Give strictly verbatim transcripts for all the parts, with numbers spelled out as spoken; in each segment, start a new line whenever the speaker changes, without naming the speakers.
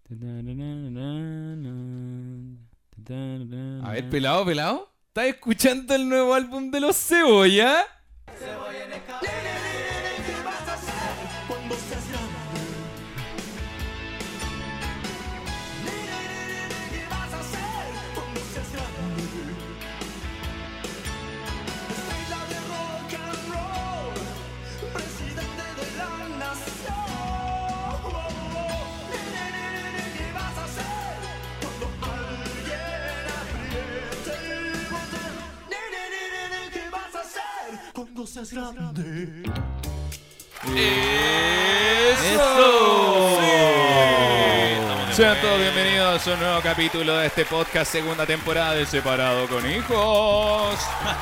A ver, pelado, pelado. ¿Estás escuchando el nuevo álbum de los Cebolla?
Cebolla en el ca- ¿Qué vas a hacer cuando seas grande? ¿Qué vas a hacer cuando seas grande? Estrella de rock and roll, presidente de la nación. ¿Qué vas a hacer cuando alguien apriete el botón? ¿Qué vas a hacer cuando seas grande?
¡Eso!
Sí.
Sean todos bienvenidos a un nuevo capítulo de este podcast, segunda temporada de Separado con Hijos.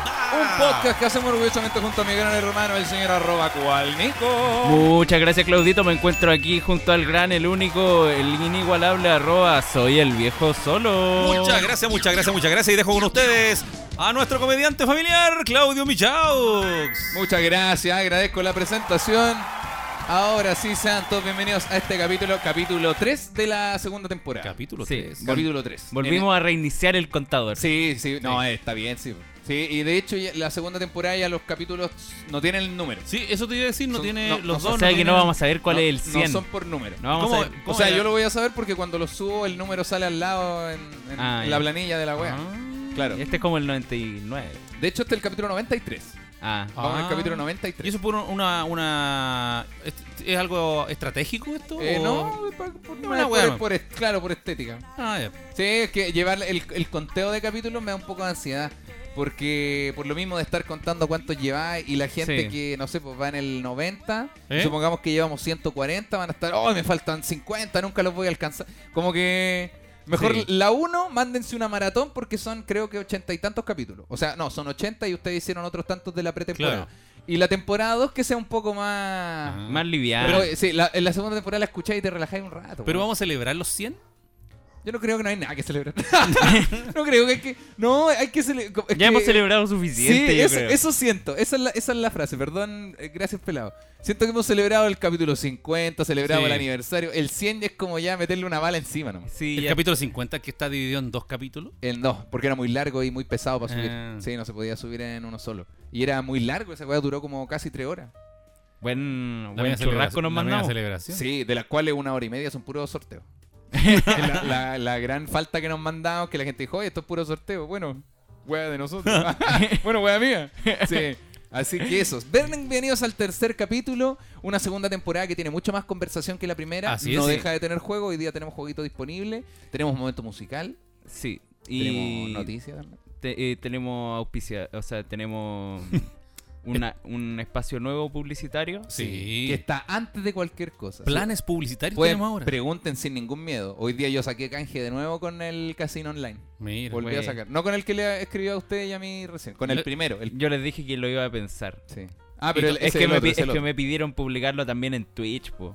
Un podcast que hacemos orgullosamente junto a mi gran hermano, el señor arroba cual Nico.
Muchas gracias, Claudito. Me encuentro aquí junto al gran, el único, el inigualable arroba soy el viejo solo.
Muchas gracias, muchas gracias, muchas gracias. Y dejo con ustedes a nuestro comediante familiar, Claudio Michaux.
Muchas gracias, agradezco la presentación. Ahora sí, sean todos bienvenidos a este capítulo, capítulo tres de la segunda temporada.
Capítulo
Sí.
tres.
Capítulo tres.
Volvimos a reiniciar el contador.
Sí, sí, no, eh, está bien, sí. Sí, y de hecho ya la segunda temporada ya los capítulos no tienen el número.
Sí, eso te iba a decir, no
Son-
tiene
no,
los
no
dos.
son-
O sea que
tienen-
no vamos a saber cuál
no,
es el cien.
No son por número.
No vamos
¿Cómo?
a saber.
O
¿Cómo
sea,
era?
yo lo voy a saber porque cuando lo subo el número sale al lado en, en
Ah,
la
ya.
planilla de la web.
Ah.
Claro.
Este es como el noventa y nueve.
De hecho, este es el capítulo noventa y tres.
Ah.
Vamos
Ah.
al capítulo noventa y tres.
¿Y eso por una, una... ¿Es, es algo estratégico esto?
Eh,
o-
no, por, por-
Una
por-
wea.
por est- claro, por estética.
Ah, ya.
Sí, es que llevar el, el conteo de capítulos me da un poco de ansiedad. Porque por lo mismo de estar contando cuántos lleváis y la gente
Sí.
que, no sé, pues va en el noventa,
¿Eh?
supongamos que llevamos ciento cuarenta, van a estar, oh, me faltan cincuenta, nunca los voy a alcanzar. Como que mejor
Sí.
la uno, mándense una maratón porque son creo que ochenta y tantos capítulos. O sea, no, son ochenta y ustedes hicieron otros tantos de la pretemporada.
Claro.
Y la temporada dos que sea un poco más...
Ajá.
Más liviano.
Pero eh, sí, la- en la segunda temporada la escucháis y te relajáis un rato.
Pero
weón.
vamos a celebrar los cien.
Yo no creo que no hay nada que celebrar. No creo que hay que... No, hay que celebrar...
ya hemos celebrado suficiente,
Sí,
yo
eso,
creo.
eso siento. Esa es, la, esa es la frase. Perdón, eh, gracias, pelado. Siento que hemos celebrado el capítulo cincuenta, celebrado
Sí.
el aniversario. El cien es como ya meterle una bala encima, ¿no?
Sí,
El
ya.
capítulo cincuenta que está dividido en dos capítulos.
El no, porque era muy largo y muy pesado para subir.
Ah.
Sí, no se podía subir en uno solo. Y era muy largo, esa weá duró como casi tres horas.
Buen,
La
buen
media
churrasco
celebración-
nos
la media
mandamos.
celebración.
Sí, de las cuales una hora y media son puros sorteos. la, la- la gran falta que nos mandamos, que la gente dijo, oye, esto es puro sorteo. Bueno, wea de nosotros. Bueno, wea mía. Sí. Así que eso. Bienvenidos al tercer capítulo. Una segunda temporada que tiene mucho más conversación que la primera.
Así
no
es,
deja de tener juego. Hoy día tenemos jueguito disponible. Tenemos momento musical.
Sí.
Tenemos
Y
noticias también.
te- eh, tenemos auspicia, o sea, tenemos una, un espacio nuevo publicitario.
Sí.
Que está antes de cualquier cosa.
Planes publicitarios
Pueden-
tenemos ahora.
pregunten sin ningún miedo. Hoy día yo saqué canje de nuevo con el casino online.
Mira.
Volví
güey.
a sacar. No con el que le escribió a usted y a mí recién. Con el
Le-
primero. El...
Yo les dije que lo iba a pensar.
Sí. Ah, pero el,
es
ese
que,
el
me,
otro,
pi-
ese
es
el
que
otro.
me pidieron publicarlo también en Twitch, po.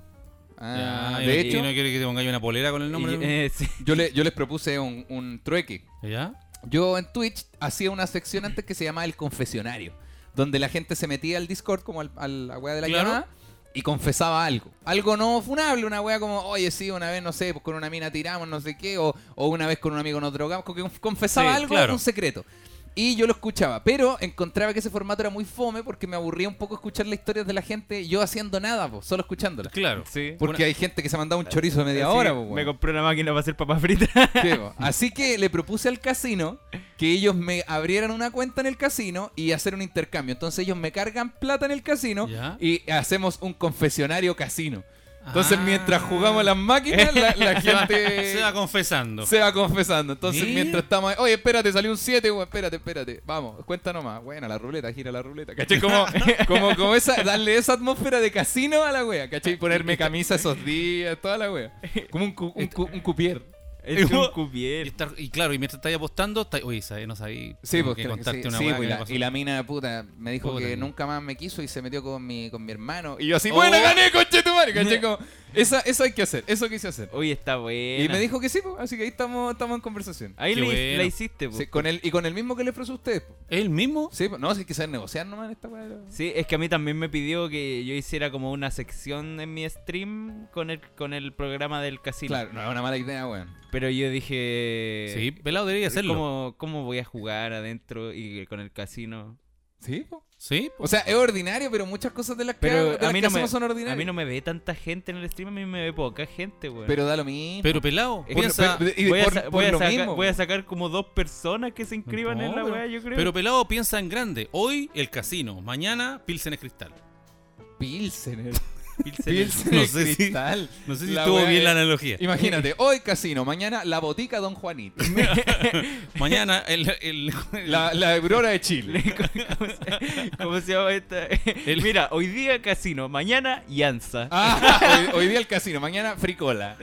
Ah,
Ya,
de
y-
hecho,
y no quiere que te pongáis una polera con el nombre.
Y- eh, sí.
yo, le, yo les propuse un, un trueque.
¿Ya?
Yo en Twitch hacía una sección antes que se llamaba el confesionario, donde la gente se metía al Discord como al, a la wea de la
Claro.
llamada y confesaba algo. Algo no funable, una wea como, oye, sí, una vez, no sé, pues con una mina tiramos, no sé qué, o, o una vez con un amigo nos drogamos, como que confesaba
Sí,
algo,
claro.
un secreto. Y yo lo escuchaba, pero encontraba que ese formato era muy fome porque me aburría un poco escuchar las historias de la gente yo haciendo nada, po, solo escuchándolas.
Claro.
Sí.
Porque
Una-
hay gente que se mandaba un chorizo de media
Sí,
hora, po,
me
weón.
compré una máquina para hacer papas fritas.
Sí, po. Así que le propuse al casino que ellos me abrieran una cuenta en el casino y hacer un intercambio. Entonces ellos me cargan plata en el casino
Ya.
y hacemos un confesionario casino. Entonces
Ah.
mientras jugamos las máquinas, la, la
Se va-
gente
se va confesando.
se va confesando. Entonces
Mira.
mientras estamos ahí, oye, espérate, salió un siete, weón, espérate, espérate. Vamos, cuenta nomás. Buena, la ruleta, gira la ruleta. ¿Cachai? Como, como, como esa, darle esa atmósfera de casino a la wea, ¿cachai? Ponerme camisa esos días, toda la wea. Como un, cu- un, cu- un cupier.
Es un
Y,
cupier.
estar- y claro, y mientras estáis apostando, estáis- oye, ¿sabes? No sabéis.
Sí,
tengo
porque
que contarte
sí,
una
sí,
weá
pues,
que
y,
me
la,
pasó.
y la mina puta me dijo
Puta,
que
no.
nunca más me quiso y se metió con mi, con mi hermano. Y yo así,
Oh.
bueno, gané, coche tu madre. madre, ¿cachai? Como, esa, eso hay que hacer, eso quise hacer.
Oye, está buena.
Y me dijo que sí, po, así que ahí estamos, estamos en conversación.
Ahí
Qué
le-
bueno.
la hiciste, po.
Sí, con el, y con el mismo que le ofrecí a ustedes. po.
¿Es el mismo?
Sí, po. No, sí hay que saber negociar nomás en esta weá.
Sí, es que a mí también me pidió que yo hiciera como una sección en mi stream con el, con el programa del casino.
Claro, no es una mala idea, weón.
Pero yo dije...
Sí, Pelado debería hacerlo.
¿Cómo, ¿Cómo voy a jugar adentro y con el casino?
Sí, po.
Sí,
O sea, es ordinario, pero muchas cosas de las que,
Pero
de las
a mí,
que
no me,
hacemos son ordinarias.
a mí no me ve tanta gente en el stream, a mí me ve poca gente, weón.
Pero da lo mismo.
pero Pelado,
Es que-
piensa...
pero- y
voy, a
por-
sa-
por
voy a
lo
saca-
mismo.
voy a sacar como dos personas que se inscriban
No,
en la
pero-
weá, yo creo.
Pero Pelado piensa en grande. Hoy el casino, mañana Pilsen Cristal.
Pilsener.
Pilsen-
Pilsener
No sé si-
Cristal.
No sé si
La
estuvo
weá
bien
es-
la analogía.
Imagínate, hoy casino, mañana la botica Don Juanito.
Mañana el... el-
La, la Aurora de Chile.
¿Cómo se, cómo se llama esta? Mira, hoy día casino, mañana Yanza.
Ah, hoy, hoy día el casino, mañana Fricola.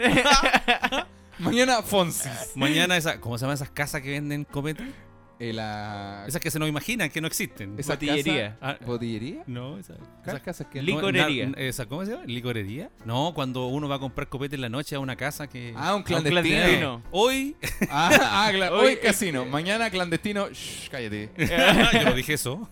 Mañana Fonsis.
Mañana esa... ¿Cómo se llaman esas casas que venden copete?
Eh, la...
Esas que se nos imaginan que no existen.
esa
botillería.
casa-
Ah.
¿Botillería?
No, esa...
Esas casas que...
Lic-
no,
Licorería.
na- esa, ¿Cómo se llama? ¿Licorería? No, cuando uno va a comprar copete en la noche a una casa que...
Ah, un
un
clandestino.
clandestino.
Hoy...
Ah, ah, cla- hoy
Hoy-
casino, mañana clandestino. Shh, cállate.
Yo no dije eso.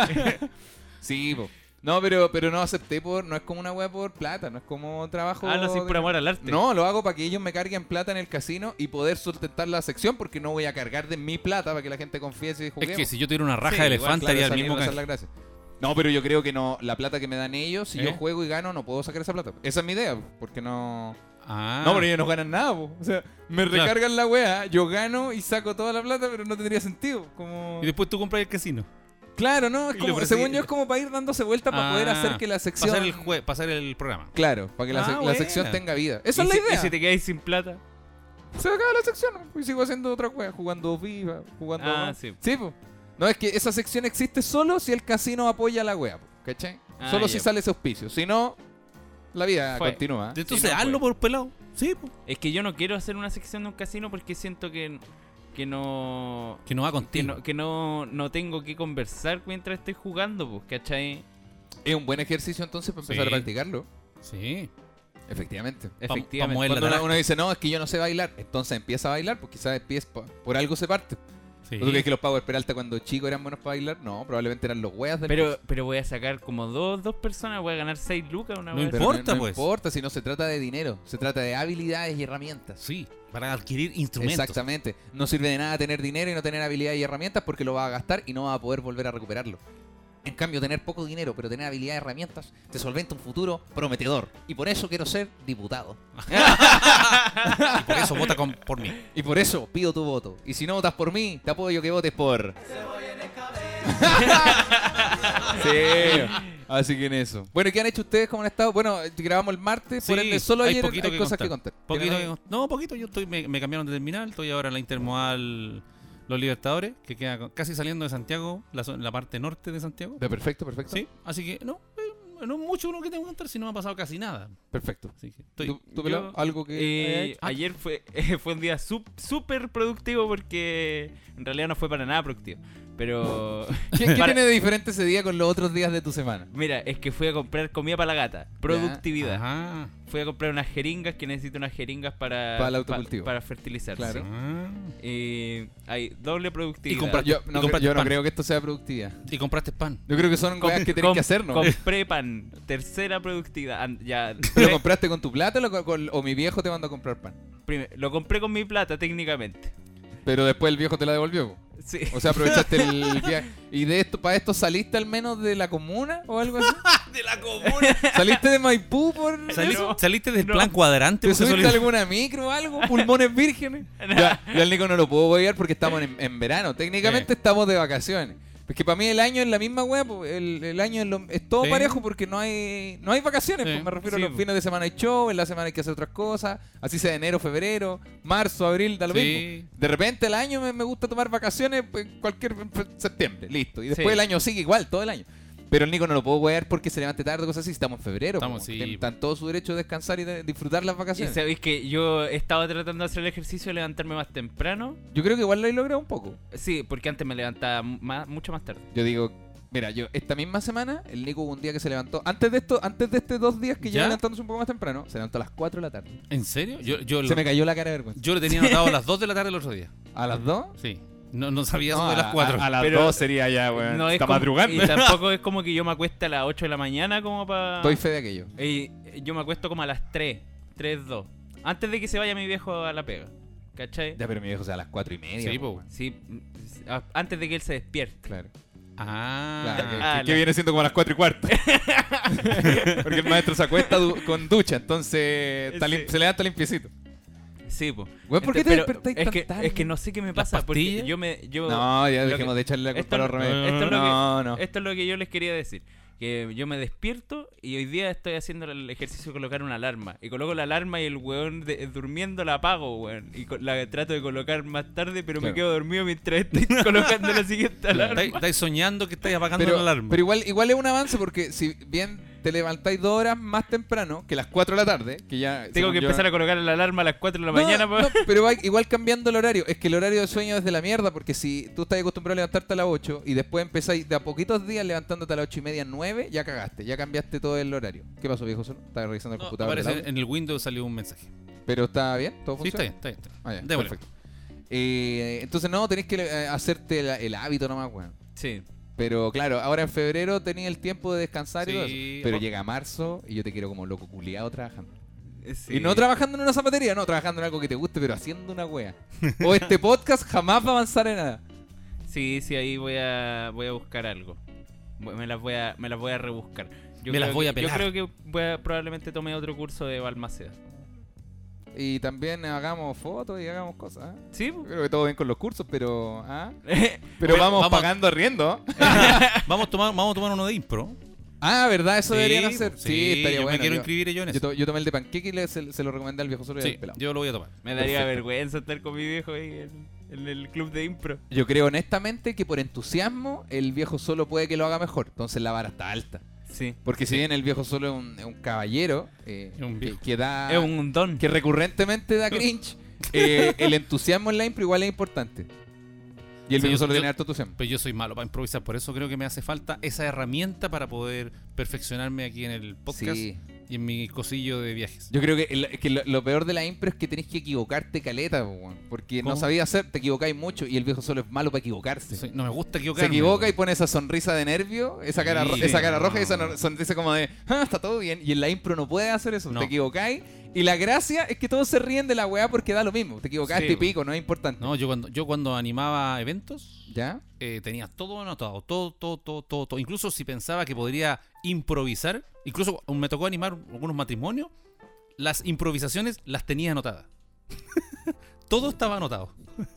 Sí, po. No, pero, pero no acepté por... No es como una wea por plata, no es como trabajo...
Ah, no, sí, por
de-
amor al arte.
No, lo hago para que ellos me carguen plata en el casino y poder sustentar la sección porque no voy a cargar de mi plata para que la gente confiese y
Es
juguemos.
que si yo tuviera una raja
Sí,
de
igual,
elefante
Claro,
haría
esa
el mismo
mierda, esa es
que...
la gracia. No, pero yo creo que no, la plata que me dan ellos, si yo
¿Eh?
juego y gano, no puedo sacar esa plata. Esa es mi idea, porque no...
Ah.
No, pero ellos no ganan nada, po. O sea, me
Claro.
recargan la wea, yo gano y saco toda la plata, pero no tendría sentido. Como...
Y después tú compras el casino.
Claro, no, es
Y
como,
lo persigue-
según yo es como para ir dándose vuelta para
Ah,
poder hacer que la sección...
Pasar el, jue- pasar el programa.
Claro, para que la,
Ah,
sec- la
buena.
sección tenga vida. Esa
¿Y
es la
si-
idea.
¿Y si te quedáis sin plata?
Se acaba la sección y sigo haciendo otra wea, jugando FIFA, jugando...
Ah, sí.
Sí, po. No, es que esa sección existe solo si el casino apoya la wea, po, ¿cachai?
Ah,
solo
ya.
si sale ese auspicio. Si no, la vida
Fue.
continúa.
Entonces
no,
hazlo
pues.
por pelado. Sí, pues.
Es que yo no quiero hacer una sección de un casino porque siento que, que no...
Que no va
Que,
contigo.
no, que no, no tengo que conversar mientras estoy jugando, pues, ¿cachai?
Es un buen ejercicio entonces para empezar
Sí.
a practicarlo.
Sí.
Efectivamente.
Efectivamente.
mover la
Cuando uno,
taraja.
uno dice, no, es que yo no sé bailar, entonces empieza a bailar, pues quizás empieza por, por algo se parte.
Sí.
¿Tú crees que los Power Peralta cuando chicos eran buenos para bailar? No, probablemente eran los weas del
Pero, pero voy a sacar como dos, dos personas, voy a ganar seis lucas una
No
vez.
Pero
importa,
no, no
pues.
importa si no se trata de dinero, se trata de habilidades y herramientas.
Sí, para adquirir instrumentos.
Exactamente. No sirve de nada tener dinero y no tener habilidades y herramientas porque lo vas a gastar y no vas a poder volver a recuperarlo. En cambio, tener poco dinero pero tener habilidades y herramientas te solventa un futuro prometedor. Y por eso quiero ser diputado.
Y por eso vota con- por mí.
Y por eso pido tu voto. Y si no votas por mí, te apoyo que votes por... Sí, así que en eso. Bueno, ¿y qué han hecho ustedes? ¿Cómo han estado? Bueno, grabamos el martes, por
Sí,
ende solo
hay
ayer hay,
poquito que
cosas que
contar.
contar.
Poquito
¿Tienen-
que- no, poquito. Yo estoy, me, me cambiaron de terminal. Estoy ahora en la Intermodal Los Libertadores, que queda co- casi saliendo de Santiago, la, zo- la parte norte de Santiago.
De perfecto, perfecto.
Sí, así que no, eh, no es mucho lo que tengo que contar, si no me ha pasado casi nada.
Perfecto.
Así que estoy.
¿Tú, tú, Pelao,
yo-
algo que hayas
Eh,
hecho?
ayer fue, fue un día sup- súper productivo porque en realidad no fue para nada productivo. Pero
¿Qué, qué
para-
tiene de diferente ese día con los otros días de tu semana?
mira, es que fui a comprar comida para la gata. Productividad.
Ajá.
Fui a comprar unas jeringas que necesito unas jeringas para,
Para el autocultivo.
para fertilizar.
Claro.
sí.
Ah.
Eh, hay doble productividad.
Y comprar-
Yo
Y
no,
compraste
yo no
pan.
creo que esto sea productividad.
Y compraste pan.
Yo creo que son
Com-
weas que tenés
com-
que hacer, ¿no?
Compré pan. Tercera productividad. An- ya,
¿Lo compraste con tu plata o, lo co- con- o mi viejo te mandó a comprar pan?
Prime- lo compré con mi plata técnicamente.
Pero después el viejo te la devolvió. po.
Sí.
O sea, aprovechaste el viaje. ¿Y de esto, para esto saliste al menos de la comuna o algo así?
¡De la comuna!
¿Saliste de Maipú por
Salí-
eso?
¿Saliste del
No.
plan cuadrante?
¿Te
porque
subiste
solí-
a alguna micro o algo? ¿Pulmones vírgenes? Ya, yo al Nico no lo puedo guiar porque estamos en, en verano. Técnicamente
Eh.
estamos de vacaciones. Es que para mí el año es la misma wea, po. el, el año es, lo- es todo
Sí.
parejo porque no hay no hay vacaciones,
Sí.
pues me refiero
Sí,
a los
po.
fines de semana hay show, en la semana hay que hacer otras cosas, así sea enero, febrero, marzo, abril, da lo
Sí.
mismo. De repente el año me, me gusta tomar vacaciones, pues cualquier pues, septiembre, listo. Y después
Sí.
el año sigue igual, todo el año. Pero el Nico no lo puedo wear porque se levante tarde, cosas así, estamos en febrero.
Estamos,
po.
sí.
Tienen- Están todo su derecho de descansar y de disfrutar las
Y
vacaciones.
sabéis que yo estaba tratando de hacer el ejercicio de levantarme más temprano.
Yo creo que igual lo he logrado un poco.
Sí, porque antes me levantaba más, mucho más tarde.
Yo digo, Mira, yo esta misma semana, el Nico hubo un día que se levantó, antes de esto, antes de estos dos días que
¿Ya?
lleva levantándose un poco más temprano, se levantó a las cuatro de la tarde.
¿En serio? Yo, yo,
Se
lo,
me cayó la cara de vergüenza.
yo lo tenía anotado a las dos de la tarde el otro día.
¿A las dos?
Sí. No, no sabía eso
No,
de
a-
las cuatro.
A, a las
Pero
dos sería ya, weón.
No es
Está
como-
madrugando.
Y tampoco es como que yo me acueste a las ocho de la mañana como para...
Doy fe de aquello.
Y yo me acuesto como a las tres, tres, dos. Antes de que se vaya mi viejo a la pega. ¿Cachai?
Ya, pero mi viejo se va a las cuatro y media.
Sí,
po,
po.
weón.
Sí, a- antes de que él se despierte.
Claro.
Ah.
Claro, que-
Ah,
Que
la-
viene siendo como a las cuatro y cuarto.
Porque el maestro se acuesta du- con ducha, entonces está
Sí.
lim- se levanta limpiecito.
Sí, po.
Güey, ¿por qué te
Pero
despertáis
es
tan
que,
tarde?
Es que no sé qué me
¿Las
pasa. Porque
pastillas?
yo me... Yo,
No, ya
lo
dejemos
que-
de echarle la culpa
esto,
a los remedios.
esto es lo
No,
que,
no.
esto es lo que yo les quería decir. Que yo me despierto y hoy día estoy haciendo el ejercicio de colocar una alarma. Y coloco la alarma y el weón de- durmiendo la apago, weón. Y co- la trato de colocar más tarde, pero
Claro.
me quedo dormido mientras estoy colocando la siguiente alarma.
Estáis estáis soñando que estáis apagando
Pero,
la alarma.
pero igual, igual es un avance porque si bien te levantáis dos horas más temprano que las cuatro de la tarde, que ya...
Tengo
según
que
yo-
empezar a colocar la alarma a las cuatro de la
No,
mañana.
no, pero va igual cambiando el horario. Es que el horario de sueño es de la mierda porque si tú estás acostumbrado a levantarte a las ocho y después empezáis de a poquitos días levantándote a las ocho y media, nueve, ya cagaste, ya cambiaste todo el horario. ¿Qué pasó, viejo solo? Estaba revisando el
No,
computador. del
aparece
audio.
en el Windows salió un mensaje.
Pero está bien, todo
Sí, está
funciona.
bien, está bien. Está bien.
Ah, ya,
Démosle.
perfecto. Eh, entonces no, tenés que eh, hacerte la- el hábito nomás, weón.
Sí.
Pero claro, ahora en febrero tenía el tiempo de descansar y todo
Sí,
eso. Pero
o-
llega marzo y yo te quiero como loco culiado trabajando.
Sí.
Y no trabajando en una zapatería, no, trabajando en algo que te guste, pero haciendo una wea. O este podcast jamás va a avanzar en nada.
Sí, sí, ahí voy a voy a buscar algo. Voy- Me las voy a me las voy a rebuscar. Yo
Me las
creo
voy
que-
a pelar.
Yo creo que voy a- probablemente tome otro curso de Balmaceda.
Y también hagamos fotos y hagamos cosas. ¿eh?
Sí,
Yo creo que todo bien con los cursos, pero. ¿ah?
pues.
Pero
Bueno,
vamos,
vamos-
pagando riendo.
Vamos a tomar, vamos a tomar uno de impro.
Ah, ¿verdad? Eso
Sí,
deberían hacer. Sí,
sí,
estaría
yo
bueno.
me quiero
yo,
inscribir yo en
yo
eso.
to- yo tomé el de panqueque y le- se, se lo recomendé al viejo solo y
Sí,
al pelado.
yo lo voy a tomar.
Me daría
Perfecto.
vergüenza estar con mi viejo ahí en, en el club de impro.
Yo creo honestamente que por entusiasmo el viejo solo puede que lo haga mejor. Entonces la vara está alta.
Sí.
Porque si bien el viejo solo es un, es un caballero eh,
Es un
que,
viejo.
que da.
Es un don.
que recurrentemente da cringe, eh, el entusiasmo en la impro igual es importante. Y el
Sí,
viejo
yo-
solo
yo-
tiene harto entusiasmo.
Pero yo soy malo para improvisar, por eso creo que me hace falta esa herramienta para poder perfeccionarme aquí en el podcast
Sí.
y en mi cosillo de viajes.
Yo creo que, el- que lo, lo peor de la impro es que tenés que equivocarte caleta, po, weón. Porque no
¿Cómo?
sabías hacer, te equivocáis mucho y el viejo solo es malo para equivocarse.
Soy- no me gusta
Se
equivocarme.
equivoca y
weón.
pone esa sonrisa de nervio, esa cara, ro-
Sí,
esa cara
no.
roja y esa no- sonrisa como de, ah, está todo bien. Y en la impro no puedes hacer eso,
No.
te equivocáis. Y la gracia es que todos se ríen de la weá porque da lo mismo. Te equivocaste
Sí,
y pico, no es importante.
No, yo cuando, yo cuando animaba eventos,
¿Ya?
eh, tenía todo anotado, todo, todo, todo, todo, todo. Incluso si pensaba que podría improvisar, incluso me tocó animar algunos matrimonios, las improvisaciones las tenía anotadas. Todo estaba anotado.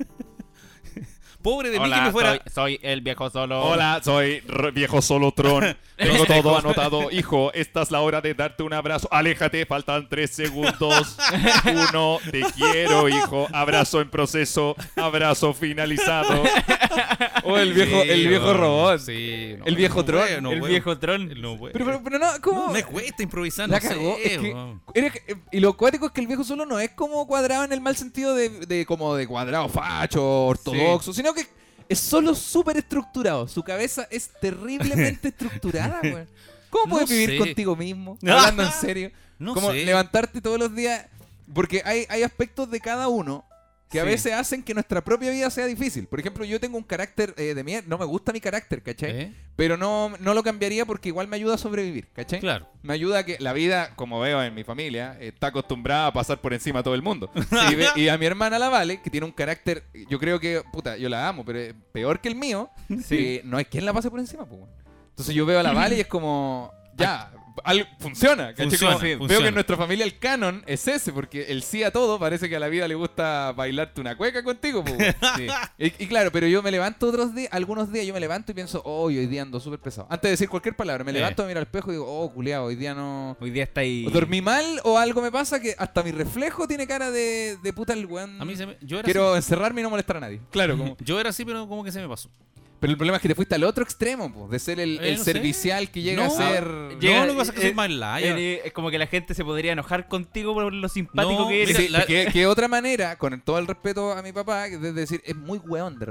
Pobre de mí que me fuera...
soy, soy el viejo solo.
Hola, soy R- viejo Solotron. Tengo todo anotado. Hijo, esta es la hora de darte un abrazo. Aléjate, faltan tres segundos. Uno, te quiero, hijo. Abrazo en proceso. Abrazo finalizado.
O el viejo,
Sí,
el viejo
weón.
robot.
Sí, no,
El viejo
no
tron,
puede, no
el
puede.
viejo tron.
No puede.
Pero, pero, pero no, ¿cómo?
No me cuesta improvisar,
La
no
cagó.
sé,
Es que
weón.
eres- eh, y lo cuático es que el viejo solo no es como cuadrado en el mal sentido de, de como de cuadrado facho, ortodoxo, sino que es solo súper estructurado. Su cabeza es terriblemente estructurada, güey. ¿Cómo
No
puedes vivir
sé.
contigo mismo? Hablando en serio.
No
como
sé.
levantarte todos los días. Porque hay, hay aspectos de cada uno que a
Sí.
veces hacen que nuestra propia vida sea difícil. Por ejemplo, yo tengo un carácter eh, de mierda. No me gusta mi carácter, ¿cachai?
¿Eh?
Pero no, no lo cambiaría porque igual me ayuda a sobrevivir, ¿cachai?
Claro.
Me ayuda a que la vida, como veo en mi familia, está acostumbrada a pasar por encima a todo el mundo. Y, ve- y a mi hermana la Vale, que tiene un carácter, yo creo que, puta, yo la amo, pero es peor que el mío, eh, no hay quien la pase por encima, pues. weón. Entonces yo veo a la Vale y es como, ya, algo, funciona, ¿cachai?
Funciona,
Como, Veo
funciona.
que en nuestra familia el canon es ese, porque el sí a todo parece que a la vida le gusta bailarte una cueca contigo, pues. weón.
Sí.
Y, y claro, pero yo me levanto otros días, algunos días yo me levanto y pienso, oh, hoy día ando súper pesado. Antes de decir cualquier palabra, me
Eh.
levanto, me miro al espejo y digo, oh, culiao, hoy día no...
Hoy día está ahí.
O dormí mal o algo me pasa que hasta mi reflejo tiene cara de, de puta el weón.
A mí se me, yo era
Quiero encerrarme y no molestar a nadie. Claro, como...
así. Yo era así, pero como que se me pasó.
Pero el problema es que te fuiste al otro extremo, po, de ser el,
Eh,
el
no sé.
servicial que llega
No.
a ser...
Llega-
no, lo que pasa es que soy
eh,
más liar.
Eh, Es como que la gente se podría enojar contigo por lo simpático
No,
que eres.
mira,
Sí,
la-
que, que otra manera, con todo el respeto a mi papá, es decir, es muy weón de repente.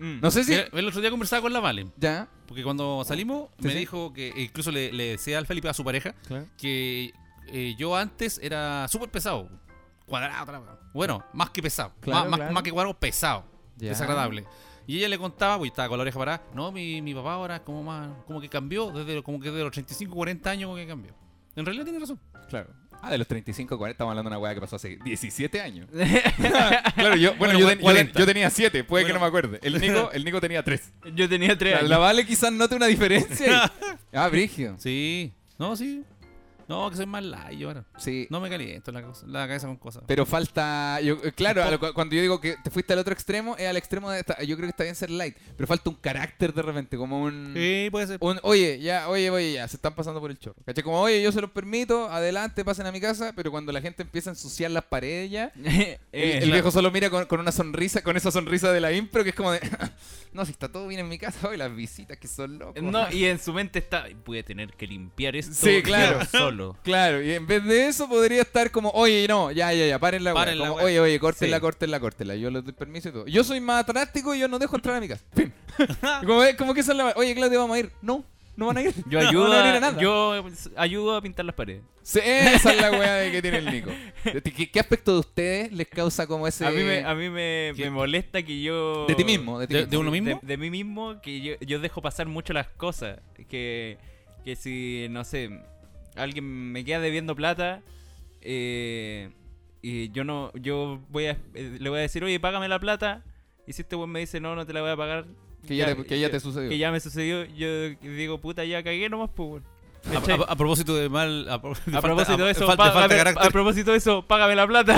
Mm.
No sé si...
Mira, el otro día conversaba con la Vale.
Ya.
Porque cuando salimos,
Sí,
me
sí.
dijo que, e incluso le, le decía al Felipe, a su pareja,
Claro.
que eh, yo antes era súper pesado. Cuadrado, otra vez. Bueno, más que pesado.
Claro,
más, más-
claro.
más que cuadrado, pesado.
Ya.
Desagradable. Y ella le contaba, pues yo estaba con la oreja parada, no, mi, mi papá ahora es como más, como que cambió, desde como que de los treinta y cinco, cuarenta años como que cambió. En realidad tiene razón.
Claro. Ah, de los treinta y cinco, cuarenta, estamos hablando de una weá que pasó hace diecisiete años. Claro, yo, bueno,
Bueno,
yo, ten- yo,
cuarenta.
yo tenía siete, puede que
Bueno.
no me acuerde. El Nico, el Nico tenía tres.
Yo tenía tres
La,
años.
la Vale quizás note una diferencia. ahí. Ah, Brigio.
Sí. No, sí. No, que soy más light ahora.
Sí.
No me caliento la, cosa- la cabeza con cosas.
Pero falta, yo, eh, claro, a lo cu- cuando yo digo que te fuiste al otro extremo, es al extremo de esta, yo creo que está bien ser light, pero falta un carácter de repente, como un,
Sí, puede ser.
un oye, ya, oye, oye, ya, se están pasando por el chorro. ¿Cachai? Como, oye, yo se los permito, adelante, pasen a mi casa, pero cuando la gente empieza a ensuciar las paredes ya,
Eh,
el, el
claro.
viejo solo mira con, con una sonrisa, con esa sonrisa de la impro, que es como de, no, si está todo bien en mi casa, hoy las visitas que son locos.
No, y en su mente está, voy a tener que limpiar esto
Sí, claro.
yo solo.
Claro, y en vez de eso podría estar como, oye, no, ya, ya, ya, paren la
Paren
weá.
la
Como,
weá.
oye, oye, córtenla,
Sí.
córtenla, córtenla. Yo les doy permiso y todo. Yo soy más drástico y yo no dejo entrar a mi casa. Fin. como, como que esa es la... Oye, Claudio, vamos a ir. No, no van a ir.
Yo
no
ayudo,
van a ir a
a,
nada.
yo ayudo a pintar las paredes.
Sí, esa es la weá de que tiene el Nico. ¿Qué, qué aspecto de ustedes les causa como ese...
A mí me, a mí me,
¿Qué?
me molesta que yo...
De ti mismo, de ti
¿De-
mismo.
de uno mismo?
De, de mí mismo, que yo, yo dejo pasar mucho las cosas. Que, que si, no sé, alguien me queda debiendo plata eh, y yo no yo voy a eh, le voy a decir, oye, págame la plata. Y si este weón me dice, no, no te la voy a pagar,
Que ya, te, que ya te sucedió.
que ya me sucedió, yo digo, puta, ya cagué nomás, pues, weón.
A, a- a propósito de mal. A, pro- de
A
falta-
propósito
a-
de eso,
falta, de falta de
págame-
carácter.
a propósito de eso, págame la plata.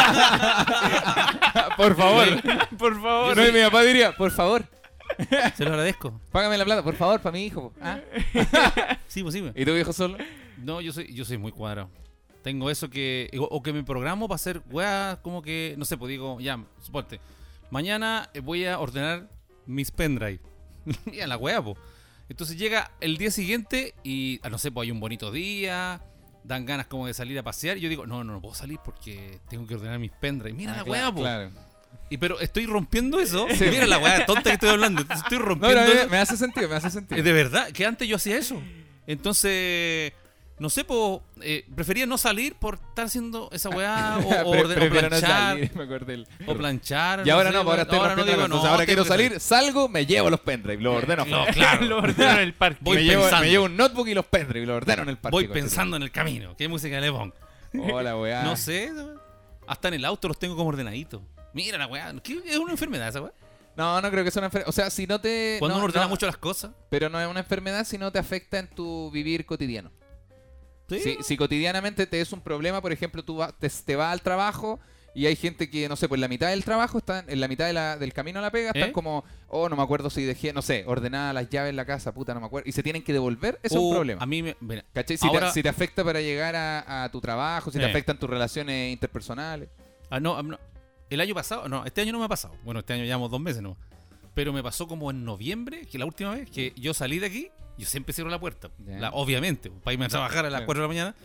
Por favor.
Por favor.
No, y mi papá diría, por favor,
Se lo agradezco.
págame la plata, por favor, para mi hijo. ¿Ah?
Sí, pues sí. pues.
¿Y tu viejo solo?
No, yo soy, yo soy muy cuadrado. Tengo eso que. O, o que me programo para hacer weas como que. No sé, pues digo, ya, suponte. Mañana eh, voy a ordenar mis pendrive. Y a la wea, pues. Entonces llega el día siguiente y, ah, no sé, pues hay un bonito día. Dan ganas como de salir a pasear. Y yo digo, no, no, no puedo salir porque tengo que ordenar mis pendrive. Mira
Ah,
la
claro,
wea, pues.
claro.
Y pero estoy rompiendo eso. Mira la weá tonta que estoy hablando. Entonces, estoy
No,
rompiendo
pero a mí
eso.
me hace sentido, me hace sentido.
Eh, De verdad, que antes yo hacía eso. Entonces, no sé, pues, eh, prefería no salir por estar haciendo esa weá o, o,
Pre-
orden- o
prefiero no
planchar.
salir, me acuerdo del-
O planchar.
Y ahora
sé,
no, ahora
weón.
estoy
ahora no
rompiendo
digo,
la-
no.
entonces ahora quiero
tengo que-
salir, salgo, me llevo los pendrive, los ordeno.
No,
afuera.
claro.
Lo ordeno en el parque.
Voy
me, llevo,
pensando.
me llevo un notebook y los pendrive, los ordeno en el parque.
Voy
coche.
pensando en el camino. ¿Qué música le pongo?
Hola, weá.
No sé, weón. Hasta en el auto los tengo como ordenaditos. Mira la weá. ¿Qué- ¿Es una enfermedad esa weá?
No, no creo que sea una enfermedad. O sea, si no te.
Cuando
no,
uno ordena
no,
mucho las cosas.
Pero no es una enfermedad si no te afecta en tu vivir cotidiano.
Sí.
Si, si cotidianamente te es un problema, por ejemplo, tú va- te, te vas al trabajo y hay gente que, no sé, pues en la mitad del trabajo, están en la mitad de la- del camino a la pega, están
¿Eh?
como, oh, no me acuerdo si dejé, no sé, ordenadas las llaves en la casa, puta, no me acuerdo. Y se tienen que devolver, eso es
O
un problema.
A mí me. Mira,
¿Cachai? Si,
ahora-
te, si te afecta para llegar a, a tu trabajo, si te
Eh.
afectan tus relaciones interpersonales.
Ah, no, ah, no. El año pasado, no, este año no me ha pasado. Bueno, este año llevamos dos meses, ¿no? Pero me pasó como en noviembre, que la última vez que yo salí de aquí, yo siempre cierro la puerta.
Ya.
La- obviamente, para irme a trabajar a las
Claro.
cuatro de la mañana.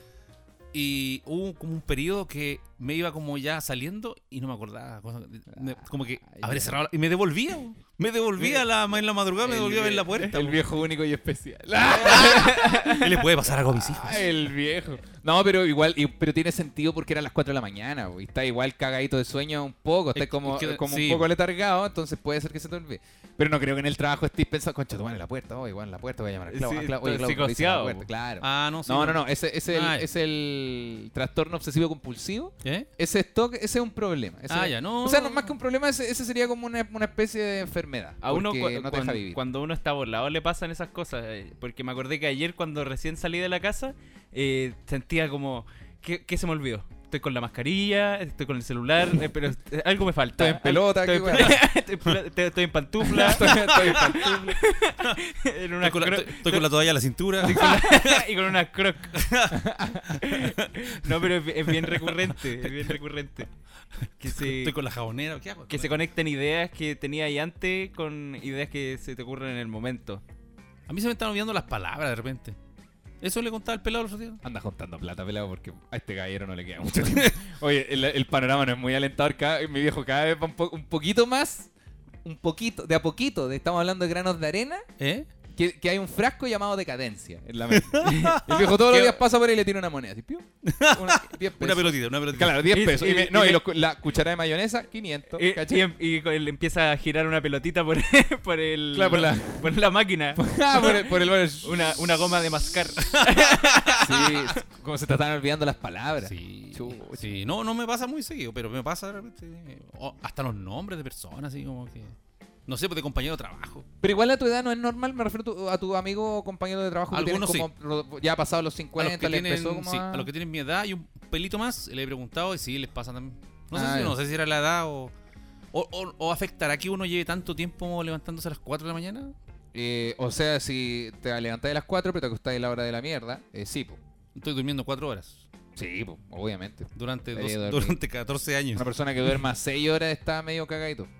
Y hubo como un periodo que me iba como ya saliendo y no me acordaba. cosa- me- Como que
Ay,
habré
ya.
cerrado la- y me devolvía. bo. Me devolvía a la, en la madrugada, me
El
devolvía a ver la
vie-
puerta.
El
bo.
viejo único y especial.
¿Qué le puede pasar algo a mis hijos?
Ah, el viejo. No, pero igual, y- pero tiene sentido porque era las cuatro de la mañana, bo, y está igual cagadito de sueño un poco, está
Es-
como,
es que-
como
sí.
un poco letargado, entonces puede ser que se te olvide. Pero no creo que en el trabajo estés pensando, concha, tú en la puerta, oh, igual en la puerta voy a llamar a Clau,
Sí,
a Clau, oye,
está
Clau, revisa la
psicoseado,
puerta,
bo.
claro.
Ah, no, sí,
no, no, no, ese ese es el,
Ah, ya.
es el trastorno obsesivo compulsivo.
¿Eh?
Ese es, todo- ese es un problema. Ese-
Ah, ya, no.
O sea, no, más que un problema, ese, ese sería como una, una especie de enfermedad.
A uno
porque
cu-
no te deja
cuando,
vivir.
cuando uno está volado le pasan esas cosas. eh, Porque me acordé que ayer cuando recién salí de la casa eh, sentía como, ¿qué, qué se me olvidó? Estoy con la mascarilla, estoy con el celular, eh, pero eh, algo me falta.
Estoy en pelota,
estoy,
qué weá.
estoy, en pela- estoy- estoy en pantufla.
Estoy- estoy en pantufla.
en una
Estoy con, la,
cro-
estoy- estoy con la toalla a la cintura.
estoy con la- y con una croc. No, pero es, es bien recurrente, es bien recurrente. Que se,
Estoy con la jabonera. ¿Qué hago?
que se conecten ideas que tenía ahí antes con ideas que se te ocurren en el momento.
A mí se me están olvidando las palabras de repente. Eso le contaba el pelado el otro día.
Anda juntando plata, pelado, porque a este caballero no le queda mucho tiempo. Oye, el, el panorama no es muy alentador. Cada, mi viejo cada vez va un, po- un poquito más, un poquito, de a poquito, de, estamos hablando de granos de arena,
¿Eh?
que, que hay un frasco llamado decadencia en la mesa. El viejo todos los días pasa por ahí y le tira una moneda. Así, piu, una, diez pesos.
Una pelotita, una pelotita.
Claro, diez
Y-
pesos.
y-
Y me-
y
no, y
me-
los cu- la cucharada de mayonesa, quinientos.
Y,
¿cachai?
y em- y co- le empieza a girar una pelotita por, por el
Claro, por la-
por la máquina.
Ah, por el, por el, por el-
Una, una goma de mascar.
Sí, como se te están olvidando las palabras.
Sí,
Chucha.
sí. No, no me pasa muy seguido, pero me pasa de repente. O hasta los nombres de personas, así como que. No sé, pues de compañero de trabajo.
Pero igual a tu edad no es normal, me refiero a tu, a tu amigo o compañero de trabajo que tienen
Algunos
como ro- ya pasado los
A los,
cincuenta,
que
le
tienen,
empezó como
sí,
a...
a los que tienen mi edad y un pelito más, le he preguntado y sí, les pasa también. No sé,
Ah,
si,
ya.
no sé si era la edad o, o, o- o afectará que uno lleve tanto tiempo levantándose a las cuatro de la mañana.
Eh, o sea, si te levantás a las cuatro pero te acostás a la hora de la mierda, eh, sí, po.
Estoy durmiendo cuatro horas
Sí, po, obviamente.
durante,
Debería
dos-
dormir.
durante catorce años.
Una persona que duerma seis horas está medio cagadito.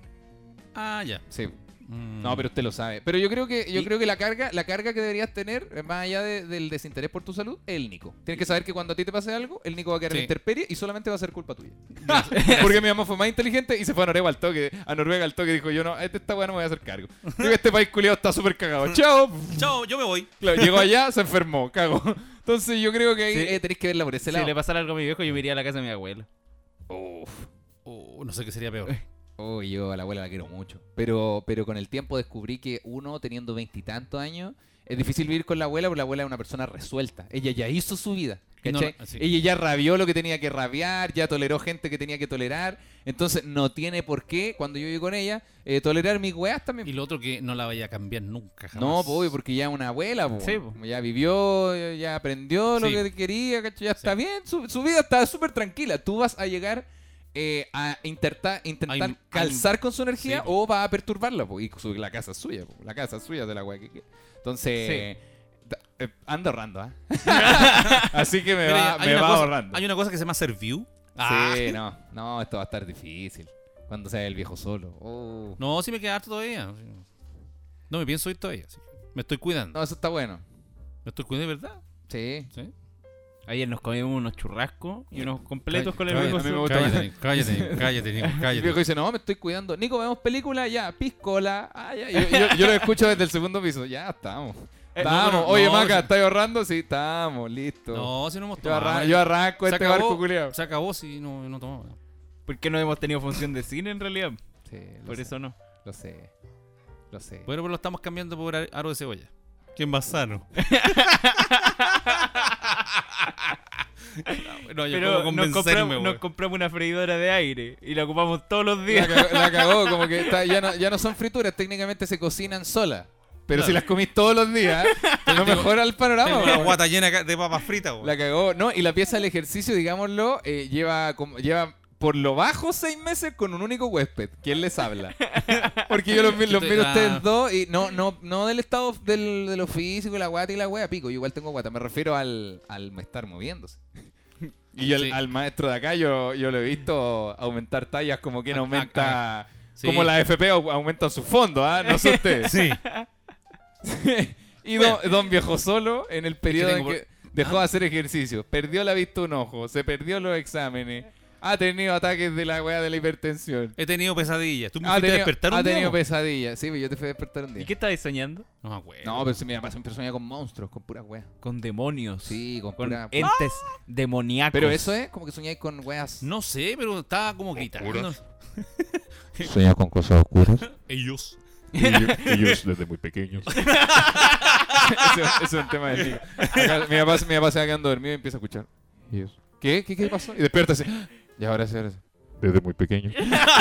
Ah, ya.
Sí.
Mm.
No, pero usted lo sabe. Pero yo creo que yo
Y-
creo que la carga la carga que deberías tener, eh, más allá de- del desinterés por tu salud, es el Nico. Tienes que saber que cuando a ti te pase algo, el Nico va a quedar en
Sí.
intemperie y solamente va a ser culpa tuya. Porque mi mamá fue más inteligente y se fue a Noruega al toque, a Noruega al toque, dijo yo no, este esta weá no me voy a hacer cargo. Digo, este país culiado está súper cagado. Chao.
Chao, yo me voy.
Claro, llegó allá, se enfermó, cago. Entonces yo creo que ahí
Sí.
eh, tenés que verla por ese
Si
lado.
le pasara algo a mi viejo, yo me iría a la casa de mi abuelo.
Uf.
Oh, no sé qué sería peor.
Oh, yo a la abuela la quiero mucho. Pero, pero con el tiempo descubrí que uno, teniendo veintitantos años, es difícil vivir con la abuela porque la abuela es una persona resuelta. Ella ya hizo su vida.
Y no
¿Cachai?
la- sí.
Ella ya rabió lo que tenía que rabiar, ya toleró gente que tenía que tolerar. Entonces no tiene por qué, cuando yo vivo con ella, eh, tolerar mis weas también.
Y lo otro que no la vaya a cambiar nunca, jamás.
No, pues obvio, porque ya es una abuela, po.
Sí, po.
Ya vivió, ya- ya aprendió lo
Sí.
que quería, ¿cachai? Ya está bien, su, su vida está súper tranquila. Tú vas a llegar eh, a intentar, intentar
Hay- hay-
calzar con su energía
Sí, po.
o vas a perturbarla, po. Y su- la casa es suya, po. La casa es suya de la wea que quiere. Entonces, da- eh, ando ahorrando, ¿ah? Así que me
Mira,
va,
hay
me
una
va
cosa-
ahorrando.
Hay una cosa que se llama Serviu. Ah.
Sí, no, no, esto va a estar difícil. Cuando sea el viejo solo. Oh.
No, sí me queda harto todavía. No me pienso ir todavía. así que me estoy cuidando.
No, eso está bueno.
Me estoy cuidando de verdad.
Sí.
¿Sí?
Ayer nos comimos unos churrascos y unos completos con el
cállate,
mismo
a mí me
su-
gusta.
Cállate, Nico, cállate, Nico, cállate, Nico,
El
cállate.
viejo dice, no, me estoy cuidando. Nico, vemos película, ya, piscola. Ah, ya. Yo, yo- yo lo escucho desde el segundo piso. Ya, estamos.
Eh,
Estamos.
no, pero-
Oye,
no,
Maca,
si-
¿estás ahorrando? Sí, estamos, listo.
No, si no hemos
yo,
tomado.
arran-
man.
yo arranco
Se
este
acabó-
barco culiao.
Se acabó si no, no tomamos.
Porque no hemos tenido función de cine en realidad.
Sí, lo
Por
sé,
eso no.
Lo sé. Lo sé.
Bueno, pero lo estamos cambiando por ar- aro de cebolla. ¿Quién más sano? no, yo
Pero
como
nos
convencerme,
compramos, nos
güey.
compramos una freidora de aire y la ocupamos todos los
La,
días.
cagó, la cagó, como que está- ya, no, ya no son frituras, técnicamente se cocinan solas. Pero
Claro.
si las comís todos los días, no mejora el panorama.
Tengo una
weón.
guata llena de papas fritas, güey.
La cagó. No, y la pieza del ejercicio, digámoslo, eh, lleva como lleva por lo bajo seis meses con un único huésped. ¿Quién les habla? Porque yo los, vi- los
Yo te-
miro a
ah.
ustedes dos y no, no, no del estado del, de lo físico, la guata y la wea, pico. Yo igual tengo guata. Me refiero al, al estar moviéndose. Y al,
Sí.
al maestro de acá yo, yo lo he visto aumentar tallas como quien
Ah,
aumenta...
ah, sí.
Como la F P au- aumenta su fondo, ¿ah? No sé ustedes.
Sí.
Y don, don Viejo Solo, en el periodo en
tengo
que dejó de hacer ejercicio, perdió la vista de un ojo, se perdió los exámenes, ha tenido ataques de la weá de la hipertensión.
He tenido pesadillas. ¿Tú me
Ha
fuiste a
tenido,
despertar un
ha
día,
tenido
güey?
pesadillas. Sí, pues yo te fui a despertar un
¿Y
día.
qué estabas soñando?
No me acuerdo.
No, pero si mi papá siempre soñaba con monstruos, con puras weas.
Con demonios.
Sí, con,
Con
pura...
entes demoníacos.
Pero eso es como que soñáis con weas.
No sé, pero estaba como gritando.
Soñaba con cosas oscuras.
Ellos.
Ellos, ellos desde muy pequeños.
Eso es un tema de niño. Acá, mi, papá, mi papá se va quedando dormido y empieza a escuchar. ¿Y eso? ¿Qué? ¿Qué? ¿Qué pasó? Y despierta así. Y ahora sí, ahora sí.
Desde muy pequeños.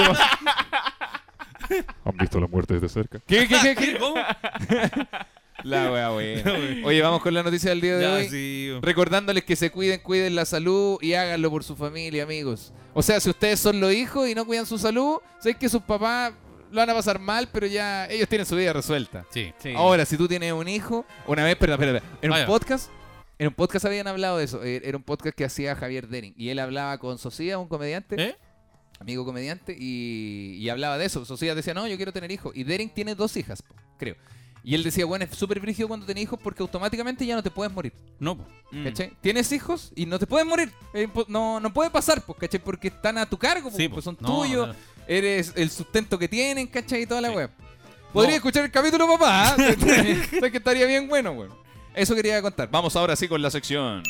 Han visto la muerte desde cerca.
¿Qué? ¿Qué? ¿Qué? ¿Qué?
¿Cómo?
La wea buena. Oye, vamos con la noticia del día de
Ya,
hoy.
sí. güey.
Recordándoles que se cuiden, cuiden la salud y háganlo por su familia, amigos. O sea, si ustedes son los hijos y no cuidan su salud, sé que sus papás lo van a pasar mal, pero ya ellos tienen su vida resuelta.
Sí.
Sí.
Ahora, si tú tienes un hijo, una vez, perdón, perdón, en un
Vaya.
podcast, en un podcast habían hablado de eso. Eh, Era un podcast que hacía Javier Dering y él hablaba con Socias, un comediante,
¿Eh?
amigo comediante, y, y hablaba de eso. Socias decía, no, yo quiero tener hijos. Y Dering tiene dos hijas, po, creo. Y él decía, bueno, es súper brígido cuando tenés hijos porque automáticamente ya no te puedes morir.
No, po.
Mm.
¿Cachai? Tienes hijos y no te puedes morir. Es impo- No, no puede pasar, pues, ¿cachai? Porque están a tu cargo, pues,
Sí,
pues,
po.
son
No,
tuyos.
no.
eres el sustento que tienen, ¿cachai? Y toda la web. Podría
No.
escuchar el capítulo, papá. ¿Ah? ¿Sabes que estaría bien bueno, weón? Eso quería contar.
Vamos ahora sí con la sección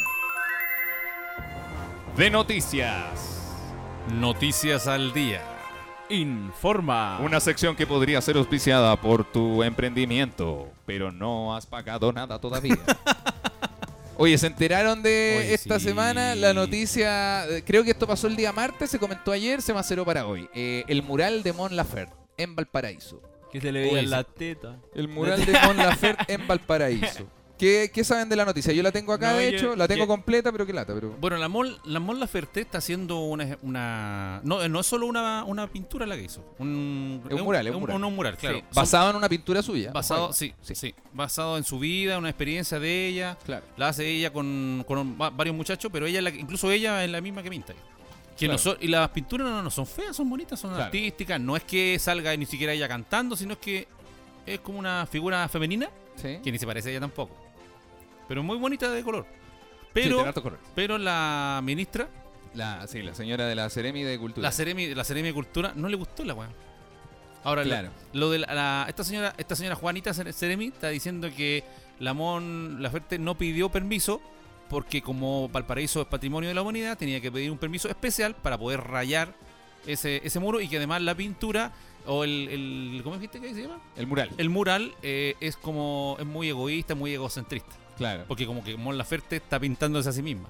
de noticias.
Noticias al día.
Informa.
Una sección que podría ser auspiciada por tu emprendimiento, pero no has pagado nada todavía.
Oye, ¿se enteraron de
Oye,
esta
sí.
semana la noticia? eh, Creo que esto pasó el día martes, se comentó ayer, se maceró para hoy. Eh, el mural de Mon Laferte en Valparaíso.
Que se le
Uy,
veía
sí.
la teta.
El mural de Mon Laferte en Valparaíso. ¿Qué, ¿Qué saben de la noticia? Yo la tengo acá,
No,
de
yo-
hecho, la tengo
yo-
completa, pero qué lata. Pero...
Bueno, la Mon, la Mon Laferte está haciendo una... una no, no es solo una, una pintura la que hizo. Un,
Es un mural, es un mural.
Un, mural, claro.
Sí.
Son-
Basado en una pintura suya.
basado,
Ojo.
sí,
Sí.
sí, basado en su vida, una experiencia de ella.
Claro.
La hace ella con, con va- varios muchachos, pero ella, es la que- incluso ella es la misma que pinta. Que
Claro.
no son- y las pinturas no, no son feas, son bonitas, son
Claro.
artísticas. No es que salga ni siquiera ella cantando, sino es que es como una figura femenina
Sí.
que ni se parece a ella tampoco. Pero muy bonita de color.
Sí,
Pero,
tiene harto color.
pero la ministra,
La, sí, la señora de la Ceremi de Cultura.
la Seremi, la Seremi de Cultura, no le gustó la weá. Ahora, la-
Claro.
lo de la, la- esta señora, esta señora Juanita Seremi está diciendo que la Mon Laferte no pidió permiso porque como Valparaíso es patrimonio de la humanidad, tenía que pedir un permiso especial para poder rayar ese, ese muro y que además la pintura o el, el ¿cómo dijiste que se llama?
El mural.
El mural eh, es como es muy egoísta, muy egocentrista,
Claro.
porque como que Mon Laferte está pintándose a sí misma.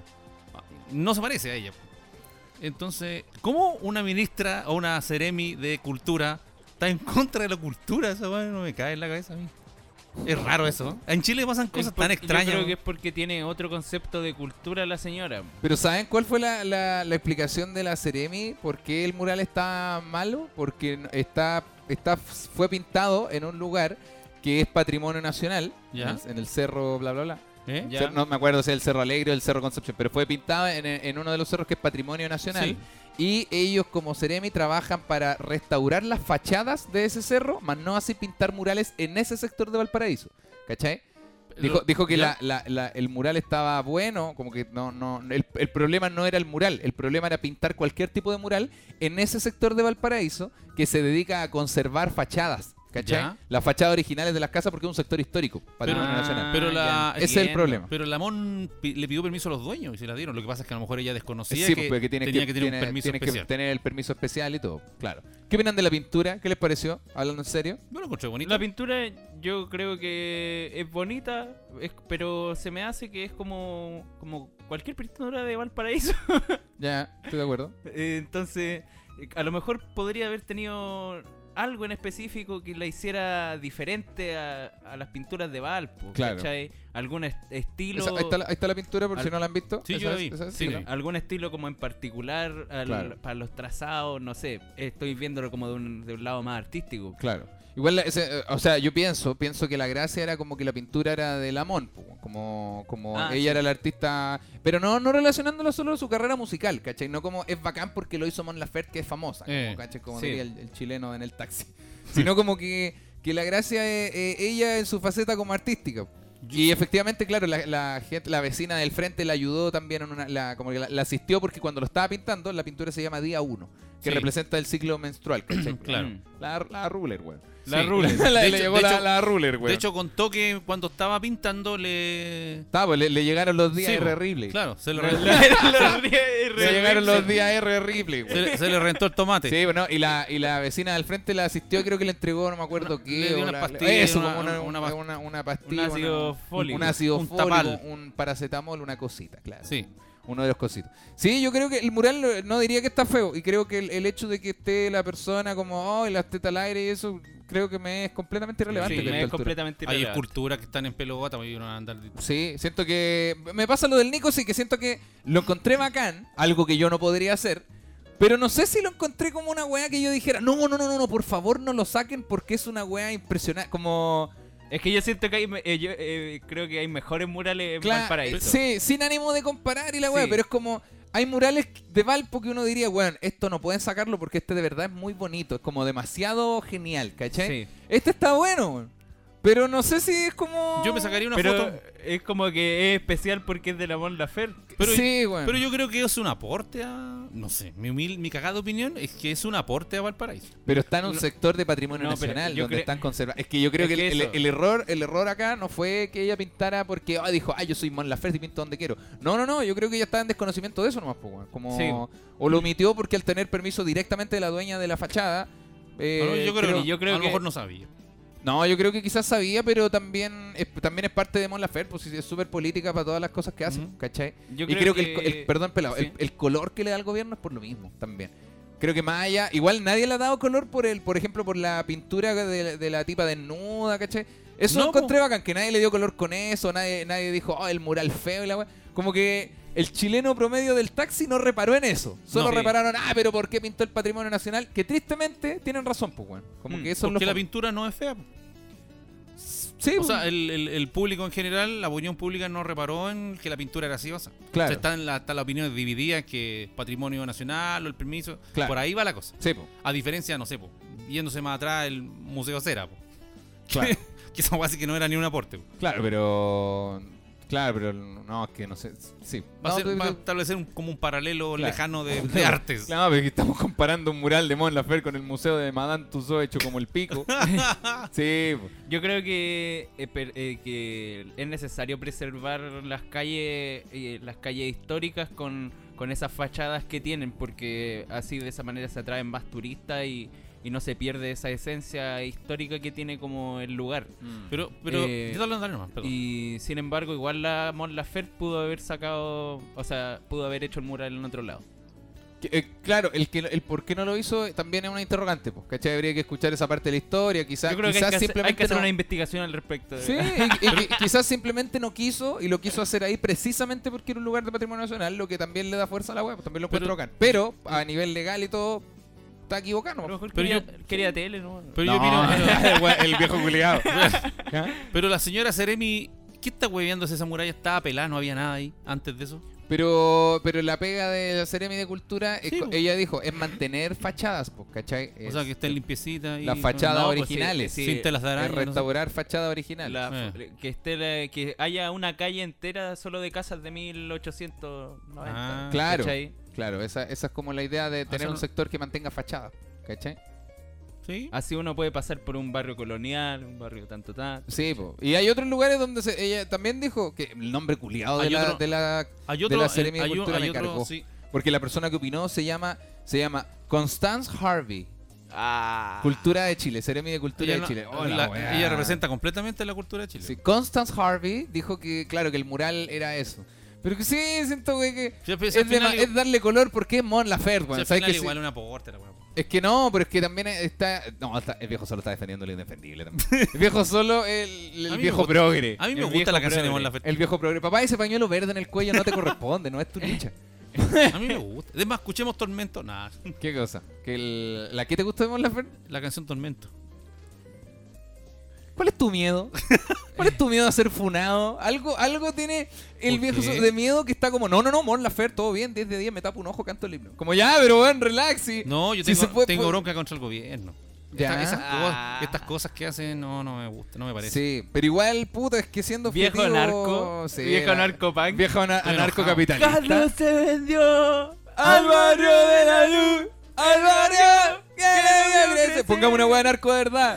No se parece a ella. Entonces, ¿cómo una ministra o una Seremi de cultura está en contra de la cultura? Esa weá no me cae en la cabeza a mí. Es raro eso. En Chile pasan cosas
Es por-
tan extrañas.
Yo creo que es porque tiene otro concepto de cultura la señora.
Pero ¿saben cuál fue la, la- la explicación de la Ceremi? ¿Por qué el mural está malo? Porque n- está, está fue pintado en un lugar que es patrimonio nacional,
Ya.
en, el, en el cerro bla bla bla.
¿Eh?
Ya.
Cer- no me acuerdo si es el Cerro Alegre o el Cerro Concepción, pero fue pintado en, en uno de los cerros que es patrimonio nacional.
Sí.
Y ellos como Ceremi trabajan para restaurar las fachadas de ese cerro, más no así pintar murales en ese sector de Valparaíso. ¿Cachai? Dijo,
Lo-
dijo que
¿ya?
la, la- la- el mural estaba bueno, como que no, no, el, el problema no era el mural, el problema era pintar cualquier tipo de mural en ese sector de Valparaíso que se dedica a conservar fachadas, ¿cachai?
Ya.
Las fachadas originales de las casas porque es un sector histórico, patrimonio
Ah,
nacional.
Pero la-
ya
Ese es el
entiendo.
problema.
Pero la Mon pi- le pidió permiso a los dueños y se la dieron. Lo que pasa es que a lo mejor ella desconocía
Sí,
que,
porque tiene
tenía
que,
que tener
tiene-
un permiso
tiene que
especial.
tener el permiso especial y todo, claro. ¿Qué opinan de la pintura? ¿Qué les pareció? Hablando en serio.
Yo lo encontré bonito.
La pintura yo creo que es bonita, es- pero se me hace que es como, como cualquier pintura de Valparaíso.
Ya, estoy de acuerdo.
Eh, Entonces, eh, a lo mejor podría haber tenido algo en específico que la hiciera diferente a, a las pinturas de Valpo.
Claro.
¿Cachai? Algún est- estilo...
Esa- ahí, está la, ahí está la pintura por
Al-
si no la han visto.
Sí,
Esa
yo la
es-
vi.
esa es,
Sí,
sí,
la
¿no?
vi.
Algún estilo como en particular al-
Claro.
para los trazados, no sé. Estoy viéndolo como de un, de un lado más artístico.
Claro. Igual, la- ese, eh, o sea, yo pienso, pienso que la gracia era como que la pintura era de Lamón, po, como, como
Ah,
ella
sí.
era la artista, pero no, no relacionándolo solo a su carrera musical, ¿cachai? No como es bacán porque lo hizo Mon Laferte, que es famosa, como,
Eh,
¿cachai? Como
sí.
diría el, el chileno en el taxi. Sino como que, que la gracia es eh, ella en su faceta como artística. Y efectivamente, claro, la, la gente, la vecina del frente la ayudó también, en una, la, como que la, la asistió porque cuando lo estaba pintando, la pintura se llama Día uno, que
Sí.
representa el ciclo menstrual, ¿cachai?
Claro.
Mm.
La, la ruler, weón.
La
Sí.
ruler.
La-
De
le
hecho-
llegó
de
la,
hecho-
la ruler, weón.
De hecho, contó que cuando estaba pintando le...
Tá, pues, le, le llegaron los días
Sí,
R.
po,
Ripley.
Claro, se le,
La-
re-
la- la-
Le llegaron los días R. Ripley,
se
weón.
le- se le rentó el tomate.
Sí, bueno, y la, y la vecina del frente la asistió, creo que le entregó, no me acuerdo
Una-
qué.
le dio
o
unas
la-
pastillas,
Eso,
una-
como una,
una
una,
pas-
una, una pastilla.
Un ácido
una-
fólico.
Un ácido
Un
fólico,
tapal.
un paracetamol, una cosita, claro.
Sí.
Uno de los cositos. Sí, yo creo que el mural eh, no diría que está feo. Y creo que el, el hecho de que esté la persona como, oh, y las tetas al aire y eso, creo que me es completamente irrelevante.
Sí,
a esta
me es
altura.
completamente
Hay
irrelevante.
esculturas que están en pelota, y uno va a andar...
Sí, siento que. Me pasa lo del Nico, sí, que siento que lo encontré bacán, algo que yo no podría hacer. Pero no sé si lo encontré como una weá que yo dijera, no, no, no, no, no, por favor no lo saquen porque es una weá impresionante. Como.
Es que yo siento que hay, me- eh, yo eh, creo que hay mejores murales en
Cla-
Valparaíso.
Sí, sin ánimo de comparar y la weá,
Sí.
pero es como. Hay murales de Valpo que uno diría, weón, esto no pueden sacarlo porque este de verdad es muy bonito, es como demasiado genial, ¿cachai?
Sí.
Este está bueno, weón. Pero no sé si es como...
Yo me sacaría una
Pero
foto.
es como que es especial porque es de la Mon Laferte.
Pero,
sí, bueno.
pero yo creo que es un aporte a. No sé, mi, humil- mi cagada opinión es que es un aporte a Valparaíso.
Pero está en un
No.
sector de patrimonio
No, pero
nacional
yo
donde
cre-
están conservados. Es que yo creo
Es
que,
que
el,
eso.
el- el error el error acá no fue que ella pintara porque ah, dijo, ah, yo soy Mon Laferte y pinto donde quiero. No, no, no, yo creo que ella estaba en desconocimiento de eso nomás, pues, weón. Como...
Sí.
O lo omitió porque al tener permiso directamente de la dueña de la fachada... eh,
No, no, yo creo,
creo-
que
yo creo
a lo
que-
mejor no sabía.
No, yo creo que quizás sabía, pero también es, también es parte de Mon Laferte, pues sí, es súper política para todas las cosas que hace,
Ujú.
¿cachai?
Yo
y creo que, el, el- perdón, pelado,
sí.
el, el color que le da al gobierno es por lo mismo también. Creo que más allá, igual nadie le ha dado color por el, por ejemplo, por la pintura de, de la tipa desnuda, ¿cachai? Eso
No,
encontré
po.
bacán, que nadie le dio color con eso, nadie, nadie dijo, oh, el mural feo y la weá. Como que el chileno promedio del taxi no reparó en eso. Solo
No. Sí.
repararon, ah, pero ¿por qué pintó el patrimonio nacional? Que tristemente tienen razón, pues, weón. Como
Mm,
que eso es lo
Porque la
fome.
pintura no es fea. po.
Sí,
O
pues,
sea, el, el- el público en general, la opinión pública no reparó en que la pintura era así. O sea,
claro.
O sea, están la, está la opinión dividida que patrimonio nacional o el permiso.
Claro.
Por ahí va la cosa.
Sí, pues.
A diferencia, no sé, po, yéndose más atrás, el Museo Cera. Po,
Claro.
que esa guay sí que no era ni un aporte. Po.
Claro, pero. Claro, pero no, es que no sé. Sí.
Va,
No,
a ser-
tú-
va a
tú-
establecer un- como un paralelo
Claro.
lejano de, de artes.
Claro, pero que estamos comparando un mural de Mon Laferte con el museo de Madame Tussauds hecho como el pico. Sí, pues.
Yo creo que, eh, per- eh, que es necesario preservar las calles eh, las calles históricas con, con esas fachadas que tienen, porque así de esa manera se atraen más turistas y, y no se pierde esa esencia histórica que tiene como el lugar.
Pero, pero,
Eh,
dale, dale nomás, perdón.
Y sin embargo, igual la Mon Laferte pudo haber sacado, o sea, pudo haber hecho el mural en otro lado.
Que, eh, claro, el que el por qué no lo hizo eh, también es una interrogante, pues, ¿cachai? Habría que escuchar esa parte de la historia, quizás
Yo creo que hay
quizás
que, hacer, hay
simplemente
que hacer
no-
una investigación al respecto.
Sí, y- y- y quizás simplemente no quiso y lo quiso hacer ahí precisamente porque era un lugar de patrimonio nacional, lo que también le da fuerza a la web, también lo
Pero-
encuentro bacán. Pero a nivel legal y todo está equivocado.
A lo
¿no?
mejor
Pero
quería,
yo-
quería tele, ¿no?
Pero yo
No,
opino, pero,
el viejo culiado.
pero la señora Seremi, ¿qué está hueveándose esa muralla? Estaba pelada, no había nada ahí antes de eso.
Pero, pero la pega de la Seremi de Cultura, es
Sí,
co-
po.
ella dijo, es mantener fachadas, pues, ¿cachai?
O sea,
Es-
que estén limpiecitas y
las fachadas
No, pues sí,
originales.
sí,
sin telas de
es
araña. no sé.
restaurar fachadas originales.
La-
Eh.
que esté la- que haya una calle entera solo de casas de mil ochocientos noventa.
Ah,
Claro,
¿cachai?
claro, esa, esa es como la idea de tener
Hacer
un
un-
sector que mantenga fachadas, ¿cachai?
Sí.
Así uno puede pasar por un barrio colonial, un barrio tanto tan.
Sí, po. Y hay otros lugares donde se- ella también dijo que el nombre culiado de
Hay
la,
otro-
de la
Hay
de
otro,
la
eh,
Seremi de
hay un-
Cultura
hay
me
otro,
cargó.
sí.
Porque la persona que opinó se llama se llama Constance Harvey,
Ah.
Cultura de Chile, Seremi de Cultura
Ella,
de
no-
Chile. Oh, la
la-
weá.
ella representa completamente la cultura de Chile.
Sí, Constance Harvey dijo que, claro, que el mural era eso. Pero que sí, siento güey, que
Sí, pero
es,
si al
de
final
ma-
igual-
es darle color porque es Mon Laferte,
si
weón.
al
¿Sabes
final
que sí?
igual es un aporte la weá.
Es que no, pero es que también está... No, está- el viejo solo está defendiendo lo indefendible también. El viejo solo, el, el
A mí me
viejo
gusta-
progre.
A mí me
El
gusta
viejo
la canción de
progre.
Mon Laferte.
El viejo progre. Papá, ese pañuelo verde en el cuello no te corresponde, no es tu lucha.
A mí me gusta. Además, escuchemos Tormento. Nah,
¿Qué cosa? ¿Que el- ¿La que te gusta de Mon Laferte?
la canción Tormento.
¿Cuál es tu miedo? ¿Cuál es tu miedo a ser funado? Algo, algo tiene el
¿Por
viejo
qué?
so- de miedo que está como, no, no, no, Mon Laferte, todo bien, diez de diez, me tapo un ojo, canto el himno. Como ya, pero bueno, relax. Y,
No, yo
si
tengo,
se puede-
tengo
puede-
bronca contra el gobierno.
Ya.
Esta- esas,
Ah.
cosas, estas cosas que hacen no, no me gusta, no me parece.
Sí, pero igual, puta, es que siendo
Viejo
objetivo-
narco,
sí,
viejo
la-
narcopunk.
Viejo ana-
Estoy
anarcocapitalista.
Carlos se vendió
Al barrio de la luz, al barrio que le crece. Pongamos una hueá narco de verdad.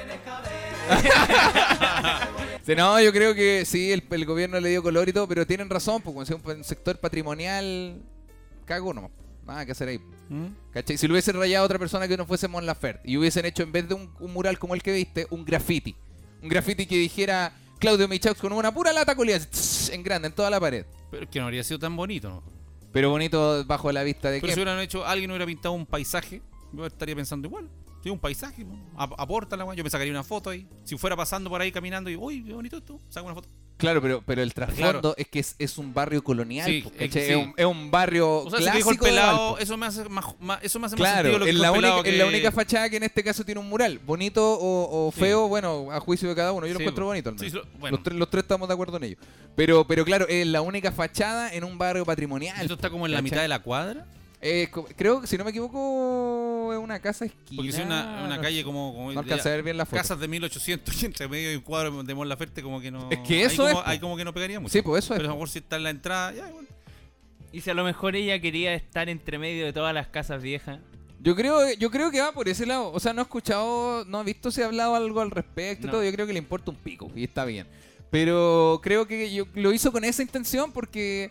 Sí, no, yo creo que sí, el, el gobierno le dio color y todo, pero tienen razón, porque como sea un sector patrimonial, cago nomás. Nada que hacer ahí.
¿Mm?
¿Cachai? Si lo hubiese rayado otra persona que no fuese Mon Laferte y hubiesen hecho en vez de un, un mural como el que viste, un graffiti. Un graffiti que dijera Claudio Michaux con una pura lata colida así, en grande, en toda la pared.
Pero es que no habría sido tan bonito, ¿no?
Pero bonito bajo la vista de
Pero
que...
si hubieran hecho, alguien hubiera pintado un paisaje, yo estaría pensando igual. Sí, un paisaje, ¿no? Ap- aporta la weá. Yo me sacaría una foto ahí. Si fuera pasando por ahí caminando y, uy, qué bonito esto, saco una foto.
Claro, pero, pero el trasfondo
Claro.
es que es, es un barrio colonial.
Sí,
po,
es-
¿cachai?
sí.
Es, un, es un barrio
O sea, si
clásico
dijo el
de
pelado,
Valpo.
eso me hace más, más- eso me hace más
Claro,
sentido lo que
es
dijo
la,
el
única,
pelado
es la
que-
única fachada que en este caso tiene un mural. Bonito o, o
Sí.
feo, bueno, a juicio de cada uno. Yo lo
Sí,
encuentro
po.
bonito al menos.
Sí, lo- bueno.
los, tres, los tres estamos de acuerdo en ello. Pero, pero claro, es la única fachada en un barrio patrimonial.
Esto está como en la
¿cachai?
mitad de la cuadra.
Eh, co- creo que, si no me equivoco, es una casa esquina.
Porque si una, una
no
calle
sé.
como... como
No alcancé a ver bien la foto.
Casas de mil ochocientos y entre medio y un cuadro de Mon Laferte como que no...
Es que eso
ahí
es,
como,
po.
ahí como que no pegaría mucho.
Sí, pues eso es.
Pero a lo mejor si está en la entrada, ya, bueno.
Y si a lo mejor ella quería estar entre medio de todas las casas viejas.
Yo creo, yo creo que va por ese lado. O sea, no he escuchado, no he visto si ha hablado algo al respecto y
No.
todo. Yo creo que le importa un pico y está bien. Pero creo que yo, lo hizo con esa intención porque...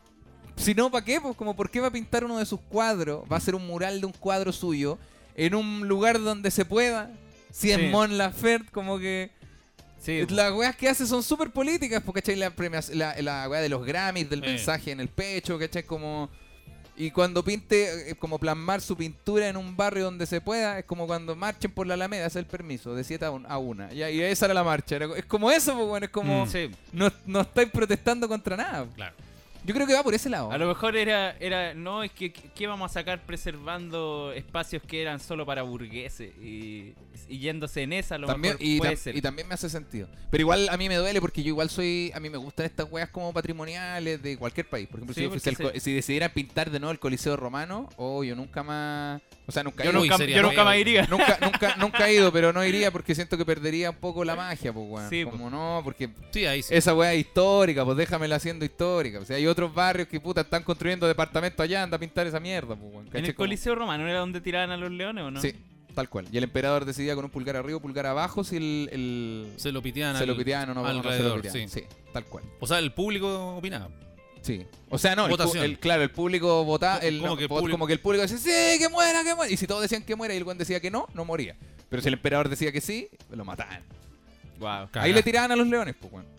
Si no, ¿para qué? Pues como, ¿por qué va a pintar uno de sus cuadros? Va a hacer un mural de un cuadro suyo en un lugar donde se pueda. Si es
Sí.
Mon Laferte, como que...
Sí,
Las weas que hace son súper políticas, porque ¿cachai? La, premias- la, la wea de los Grammys, del
Eh.
mensaje en el pecho, ¿cachai? Como... Y cuando pinte, eh, como plasmar su pintura en un barrio donde se pueda, es como cuando marchen por la Alameda, hace el permiso, de siete a una. Y, y esa era la marcha. Era- es como eso, pues bueno, es como...
Mm.
sí.
No, no estáis protestando contra nada.
Claro.
Yo creo que va por ese lado.
A lo mejor era, era no, es que ¿qué vamos a sacar preservando espacios que eran solo para burgueses? Y, y yéndose en esa, a lo
También,
mejor
y,
puede
tam-
ser.
y también me hace sentido. Pero igual a mí me duele porque yo igual soy... A mí me gustan estas weas como patrimoniales de cualquier país. Por ejemplo,
Sí,
si,
porque
si el co-
se-
si decidiera pintar de nuevo el Coliseo Romano, oh, yo nunca más... O sea, nunca he
yo
ido.
Uy,
nunca,
sería
yo nunca
feo.
más iría.
Nunca, nunca, nunca he ido, pero no iría porque siento que perdería un poco la magia, pues, weón.
Sí,
Como no, porque
Sí, ahí sí.
esa weá es histórica, pues déjamela siendo histórica. O sea, hay otros barrios que puta están construyendo departamentos allá, anda a pintar esa mierda, pues, weón.
¿En
¿Cachai?
el
Como-
Coliseo Romano era donde tiraban a los leones o no?
Sí, tal cual. Y el emperador decidía con un pulgar arriba o pulgar abajo si el, el-
Se lo piteaban
se
al,
lo piteaban o no, o
al
no se lo
gladiador,
piteaban.
sí.
Sí, tal cual.
O sea, el público opinaba.
Sí. O sea, no, el, pu-
Votación.
el- claro, el público votaba, el,
¿Cómo
no,
que el
vot-
público?
como que el público decía, sí, que muera, que muera. Y si todos decían que muera y el buen decía que no, no moría. Pero si el emperador decía que sí, lo mataban.
Wow.
Cagá.
Ahí le tiraban a los leones, pues, weón.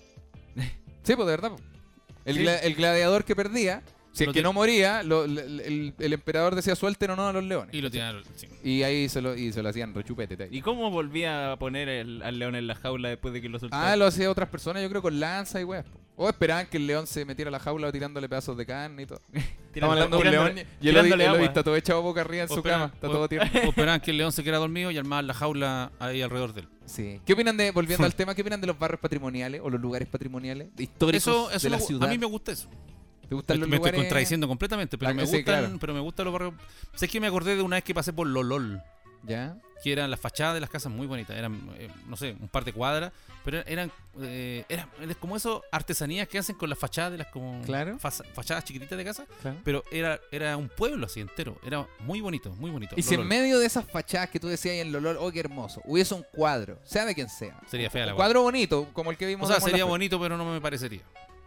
Sí, pues de verdad. Pues. El,
Sí.
gla- el gladiador que perdía, si es
Lo
que
ti-
no moría, lo- el, el- el emperador decía suelten o no a los leones.
Y lo tiraron. Sí.
Y ahí se lo, y se lo hacían rechupete. te-
¿Y cómo volvía a poner el- al león en la jaula después de que lo soltaron?
Ah, lo hacían otras personas, yo creo, con lanza y weas. po. O esperaban que el león se metiera a la jaula tirándole pedazos de carne y todo. Estamos hablando de un león y el Odi-
tirándole
el Odi
agua.
está todo echado boca arriba en
O
su
esperaban-
cama. Está
o-
todo tierno.
o esperaban que el león se quedara dormido y armaban la jaula ahí alrededor de él.
Sí. ¿Qué opinan de, volviendo al tema, qué opinan de los barrios patrimoniales o los lugares patrimoniales históricos
Eso, eso
de la
me gu-
ciudad?
a mí me gusta eso.
¿Te gustan
Me,
los
me
lugares?
estoy contradiciendo completamente, pero
La-
me
sí,
gustan,
claro.
pero me gustan los barrios. Sé que me acordé de una vez que pasé por Lolol,
¿Ya?
que eran las fachadas de las casas muy bonitas, eran eh, no sé, un par de cuadras, pero eran eh, eran es como eso artesanías que hacen con las fachadas de las como
Claro.
fasa- fachadas chiquititas de casa,
Claro.
pero era era un pueblo así entero, era muy bonito, muy bonito.
Y si en
Lolol.
medio de esas fachadas que tú decías ahí en Lolol, oh, qué hermoso, hubiese un cuadro, sea de quien sea.
Sería fea la
Un
weá.
cuadro bonito, como el que
O
vimos.
sea,
de Mon
sería
Laferte.
bonito, pero no me parecería.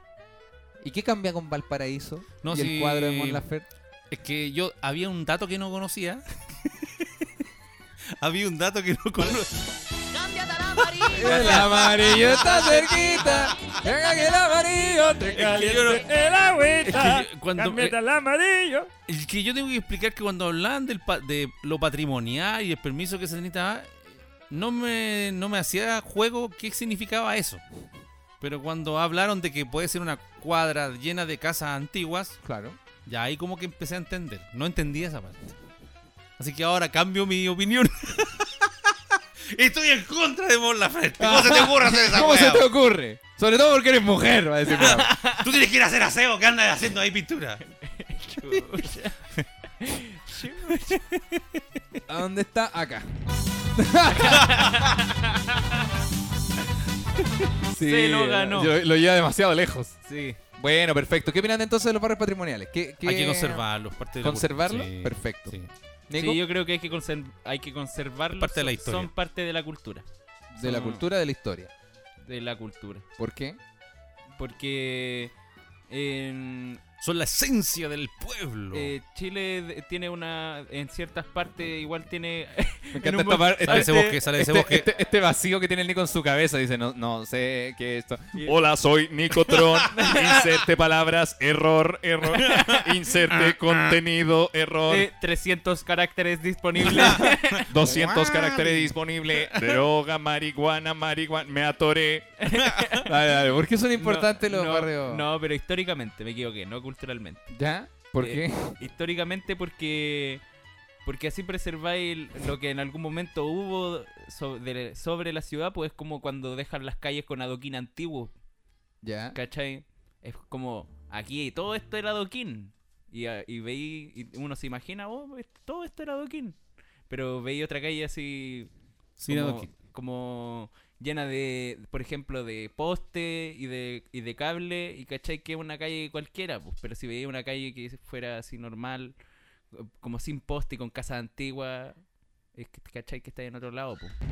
¿Y qué cambia con Valparaíso?
No,
y
si-
el cuadro de Mon Laferte.
Es que yo había un dato que no conocía. había un dato que no conocía.
El amarillo está cerquita. Deja que el amarillo te
que yo no-
caliente el
Es
agüita.
que yo- cuando
Cámbiate
eh,
al amarillo.
es que yo tengo que explicar que cuando hablaban del pa- de lo patrimonial y el permiso que se necesitaba, no me, no me hacía juego qué significaba eso. Pero cuando hablaron de que puede ser una cuadra llena de casas antiguas,
Claro.
ya ahí como que empecé a entender. No entendía esa parte. Así que ahora cambio mi opinión. Estoy en contra de Mon Laferte. ¿Cómo se te ocurre hacer esa
¿Cómo se
weá?
te ocurre? Sobre todo porque eres mujer, va a decir. Bravo.
Tú tienes que ir a hacer aseo, que andas haciendo ahí pintura.
Chucha. Chucha.
¿A dónde está? Acá.
Se lo ganó.
Lo, lo lleva demasiado lejos.
Sí.
Bueno, perfecto. ¿Qué opinan entonces de los barrios patrimoniales? ¿Qué, qué-
Hay que conservarlos. Parte de la
¿Conservarlo?
cultura. Sí,
Perfecto.
sí.
Nico?
Sí, yo creo que hay que, conser- hay que conservarlos.
Parte de la
son-
historia.
Son parte de la cultura.
De la
Son-
cultura, de la historia.
De la cultura.
¿Por qué?
Porque en
Son la esencia del pueblo.
eh, Chile de- tiene una. En ciertas partes igual tiene.
Me
en
encanta
un
esta
buen-
parte.
sale ese
este-
bosque, sale de ese
Este,
bosque.
este- este vacío que tiene el Nico en su cabeza. Dice, no, no sé qué es esto.
Hola, soy Nicotron. Inserte palabras, error, error. Inserte contenido, error.
eh, trescientos caracteres disponibles.
doscientos caracteres disponibles. Droga, marihuana, marihuana. Me atoré.
Dale, dale. ¿Por qué son importantes
No,
los
no,
barrios?
No, pero históricamente, me equivoqué, no culturalmente.
¿Ya? ¿Por
Eh,
qué?
Históricamente porque porque así preserváis lo que en algún momento hubo sobre, sobre la ciudad, pues es como cuando dejan las calles con adoquín antiguo,
¿Ya?
¿cachai? Es como, aquí todo esto era adoquín. Y, ah, y veí, y uno se imagina, oh, es- todo esto era adoquín. Pero veí otra calle así
Sin
como,
adoquín.
como llena de, por ejemplo, de poste y de, y de cable, y cachai que es una calle cualquiera, pues, pero si veía una calle que fuera así normal, como sin poste y con casas antiguas, es que cachai que está en otro lado, pues.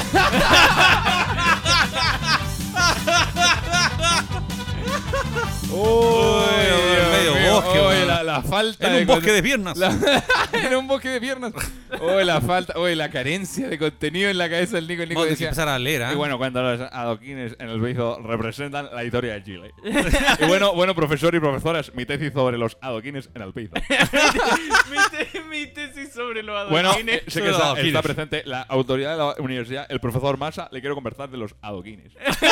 Uy,
en medio bosque,
Oye,
weón.
la, la falta
En
de
un bosque
con-
de piernas.
la- en un bosque de piernas. Oye, la falta, oye, la carencia de contenido en la cabeza del Nico. El Nico
Vamos a tener que
decía,
empezar a leer, ¿ah?
Y bueno, cuando los adoquines en el Beizo representan la historia de Chile. Y bueno, bueno, profesor y profesoras, mi tesis sobre los adoquines en el Beizo.
mi, te- mi tesis sobre los
Bueno,
adoquines.
eh, sé
Sobre
que
los
está,
adoquines.
está presente la autoridad de la universidad, el profesor Massa, le quiero conversar de los adoquines.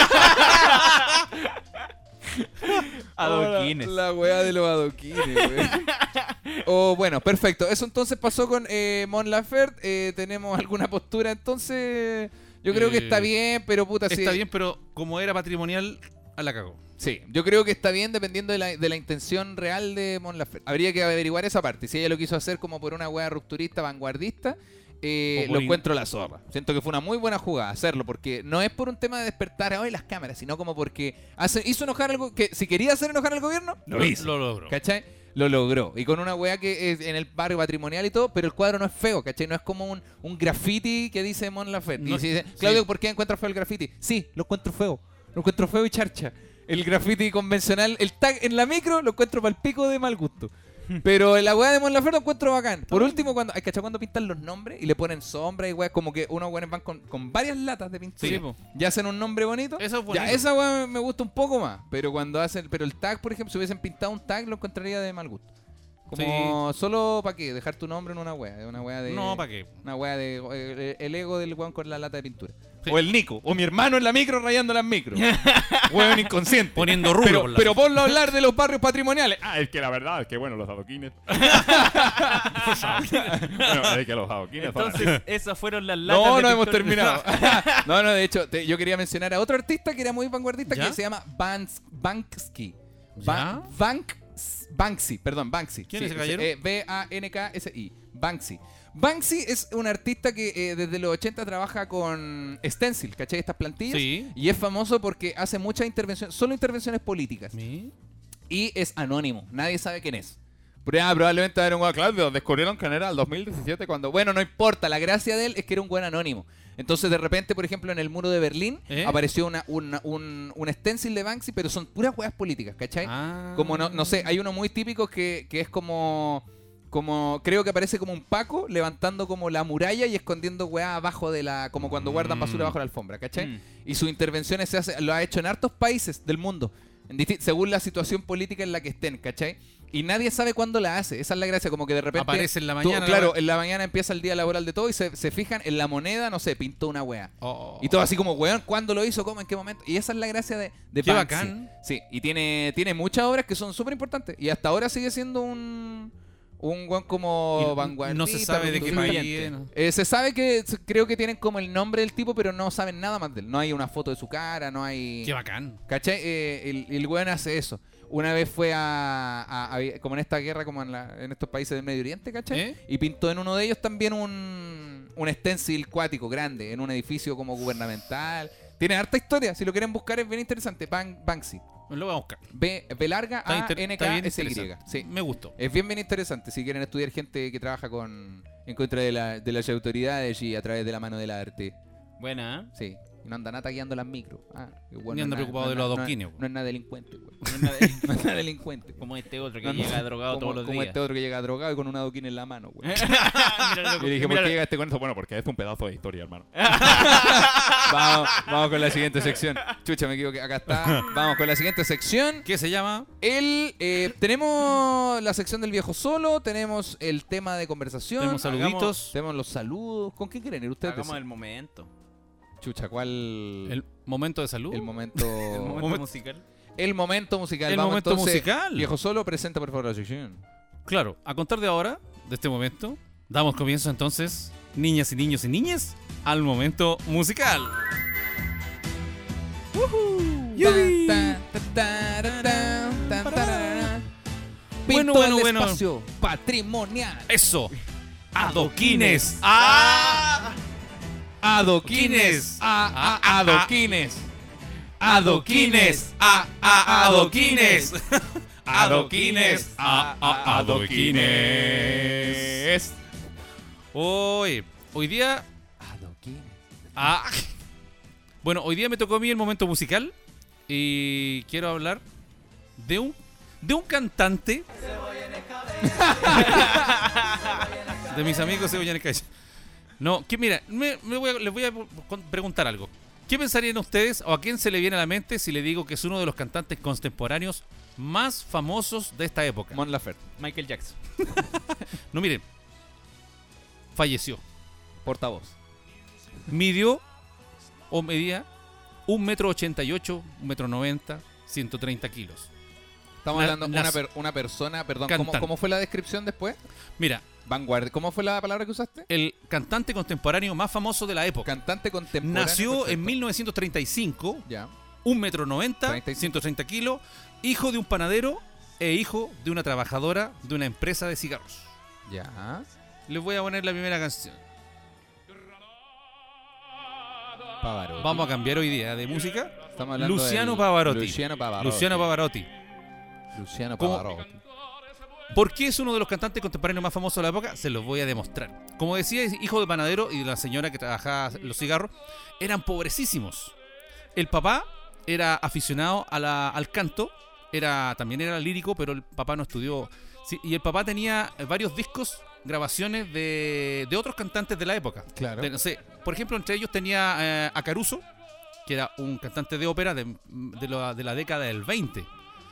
Adoquines.
Oh, La, la weá de los adoquines, weón. Oh, bueno, perfecto. Eso entonces pasó con eh, Mon Laferte. Eh, tenemos alguna postura, entonces. Yo creo que está
Eh,
bien, pero puta, sí.
Está bien, pero como era patrimonial, a la cagó.
Sí, yo creo que está bien dependiendo de la, de la intención real de Mon Laferte. Habría que averiguar esa parte. Si ella lo quiso hacer como por una weá rupturista, vanguardista, eh,
O por
lo
in-
encuentro la zorra. Siento que fue una muy buena jugada hacerlo, porque no es por un tema de despertar hoy las cámaras, sino como porque hace, hizo enojar algo que si quería hacer enojar al gobierno, lo hizo.
Lo logró.
¿Cachai? Lo logró. Y con una weá que es en el barrio patrimonial y todo, pero el cuadro no es feo, ¿cachai? No es como un, un graffiti que dice Mon Laferte.
No,
y si dice,
sí.
Claudio, ¿por qué encuentras feo el graffiti? Sí, lo encuentro feo. Lo encuentro feo y charcha. El graffiti convencional, el tag en la micro, lo encuentro para el pico de mal gusto. Pero la weá de Mon Laferte lo encuentro bacán. Por último, cuando hay que cuando pintan los nombres y le ponen sombra y weá, como que unos weones van con, con varias latas de pintura.
Sí, po.
Y hacen un nombre bonito.
Eso es
Ya,
bonito.
esa weá me gusta un poco más. Pero cuando hacen. Pero el tag, por ejemplo, si hubiesen pintado un tag, lo encontraría de mal gusto. Como solo para qué, dejar tu nombre en una weá. Una weá de.
No, ¿para qué?
Una weá de. eh, El ego del weón con la lata de pintura.
Sí.
O el Nico. O mi hermano en la micro rayando las micros. Weón inconsciente.
Poniendo rulo
Pero,
por la-
pero ponlo a hablar de los barrios patrimoniales.
Ah, es que la verdad es que, bueno, los adoquines. bueno, es que los adoquines. son-
Entonces, esas fueron las latas
No,
de
no hemos
pintura.
terminado. no, no, de hecho, te- yo quería mencionar a otro artista que era muy vanguardista
¿Ya?
que se llama Bans, Banksy.
¿Ya?
Ba- Bank, Banksy, perdón, Banksy.
¿Quién es ese
Sí,
caballero?
eh, B A N K S I. Banksy. Banksy es un artista que eh, desde los ochenta trabaja con stencil, ¿cachai? Estas plantillas.
Sí.
Y es famoso porque hace muchas intervenciones, solo intervenciones políticas.
¿Mi?
Y es anónimo, nadie sabe quién es. Pero, ah, probablemente era un weón, Claudio, descubrieron que era el dos mil diecisiete cuando... Bueno, no importa, la gracia de él es que era un buen anónimo. Entonces, de repente, por ejemplo, en el muro de Berlín
¿Eh?
apareció una, una- un, un stencil de Banksy, pero son puras weas políticas, ¿cachai?
Ah.
Como, no, no sé, hay uno muy típico que, que es como... Como, creo que aparece como un Paco levantando como la muralla y escondiendo weá abajo de la... Como cuando guardan basura
Mm.
bajo la alfombra, ¿cachai?
Mm.
Y sus intervenciones se hace, lo ha hecho en hartos países del mundo, en disti- según la situación política en la que estén, ¿cachai? Y nadie sabe cuándo la hace, esa es la gracia, como que de repente...
Aparece en la
tú-
mañana.
claro,
la-
en la mañana empieza el día laboral de todo y se, se fijan en la moneda, no sé, pintó una weá.
Oh.
Y todo así como, weón, ¿cuándo lo hizo? ¿Cómo? ¿En qué momento? Y esa es la gracia de, de
Qué
Banksy.
bacán.
Sí, y tiene, tiene muchas obras que son súper importantes. Y hasta ahora sigue siendo un... Un weón como
Y
vanguardista.
no se sabe de qué
rupturista.
país es, ¿no?
Eh, se sabe que s- creo que tienen como el nombre del tipo, pero no saben nada más de él. No hay una foto de su cara, no hay...
Qué bacán.
¿Cachai? Eh, el, el weón hace eso. Una vez fue a, a- a- como en esta guerra, como en, la- en estos países del Medio Oriente, ¿cachai?
¿Eh?
Y pintó en uno de ellos también un, un stencil cuático grande, en un edificio como gubernamental. Tiene harta historia, si lo quieren buscar es bien interesante. Ban- Banksy.
Lo voy a buscar.
B, B larga
Está
A
inter-
N
está
K
bien
S Y.
interesante.
Sí.
Me gustó.
Es bien bien interesante si quieren estudiar gente que trabaja con en contra de, la- de las autoridades y a través de la mano del arte.
Buena, ¿eh?
Sí. Y no anda nada guiando las micros. Ah, qué bueno,
Ni
no
anda
es nada-
preocupado
no
de
es
los
nada- no es-
adoquines,
No es nada delincuente, güey.
No es nada de-
No es nada delincuente.
Como este otro que
No, no,
llega drogado
como,
todos los
como
días.
este otro que llega drogado y con un adoquín en la mano, güey.
Mira, loco,
Y dije, ¿por
mira,
qué llegaste con eso? Bueno, porque es un pedazo de historia, hermano.
vamos, vamos con la siguiente sección. Chucha, me equivoqué. Acá está. Vamos con la siguiente sección.
¿Qué se llama?
El, eh, tenemos la sección del viejo solo, tenemos el tema de conversación,
Tenemos saluditos.
tenemos los saludos. ¿Con qué quieren ir ustedes?
Hagamos el momento.
Chucha, ¿cuál?
El momento de salud.
El momento.
El momento
Momento-
musical.
El momento musical.
El
Vamos,
momento
entonces,
musical.
Viejo solo, presenta por favor la sección.
Claro, a contar de ahora, de este momento, damos comienzo entonces, niñas y niños y niñas, al momento musical.
Tan, tan, ta, ta, tan, tan, tarara. Pinto
Bueno, bueno,
el
bueno.
espacio patrimonial.
Eso. Adoquines.
¡Ah!
Adoquines.
Adoquines. A, a, adoquines. Adoquines.
A, a, adoquines.
Adoquines. A, a, adoquines.
Hoy, hoy día.
Adoquines.
Ah, bueno, hoy día me tocó a mí el momento musical. Y quiero hablar de un de un cantante de mis amigos Cebolla en el Calle. No, que mira, me, me voy a- les voy a preguntar algo. ¿Qué pensarían ustedes o a quién se le viene a la mente si le digo que es uno de los cantantes contemporáneos más famosos de esta época?
Mon Laferte.
Michael Jackson.
No, miren, falleció.
Portavoz.
Midió o medía un metro ochenta y ocho, un metro noventa, ciento treinta kilos.
Estamos
Na-
hablando de una,
nas-
per- una persona, perdón, ¿cómo,
Cantante.
¿cómo fue la descripción después?
Mira,
Vanguardia. ¿Cómo fue la palabra que usaste?
el cantante contemporáneo más famoso de la época.
Cantante contemporáneo.
Nació en
perfecto.
mil novecientos treinta y cinco,
Ya.
un metro noventa,
treinta y cinco.
ciento treinta kilos, hijo de un panadero e hijo de una trabajadora de una empresa de cigarros.
Ya.
Les voy a poner la primera canción.
Pavarotti.
Vamos a cambiar hoy día de música.
Estamos hablando
Luciano
del-
Pavarotti.
Luciano Pavarotti.
Luciano Pavarotti.
Luciano
¿Cómo?
Pavarotti.
¿Por qué es uno de los cantantes contemporáneos más famosos de la época? Se los voy a demostrar. Como decía, es hijo de panadero y de la señora que trabajaba los cigarros. Eran pobrecísimos. El papá era aficionado a la- al canto. Era, también era lírico, pero el papá no estudió. Sí, y el papá tenía eh, varios discos, grabaciones de, de otros cantantes de la época.
Claro.
De- no sé, por ejemplo, entre ellos tenía eh, a Caruso, que era un cantante de ópera de, de la, de la década del veinte.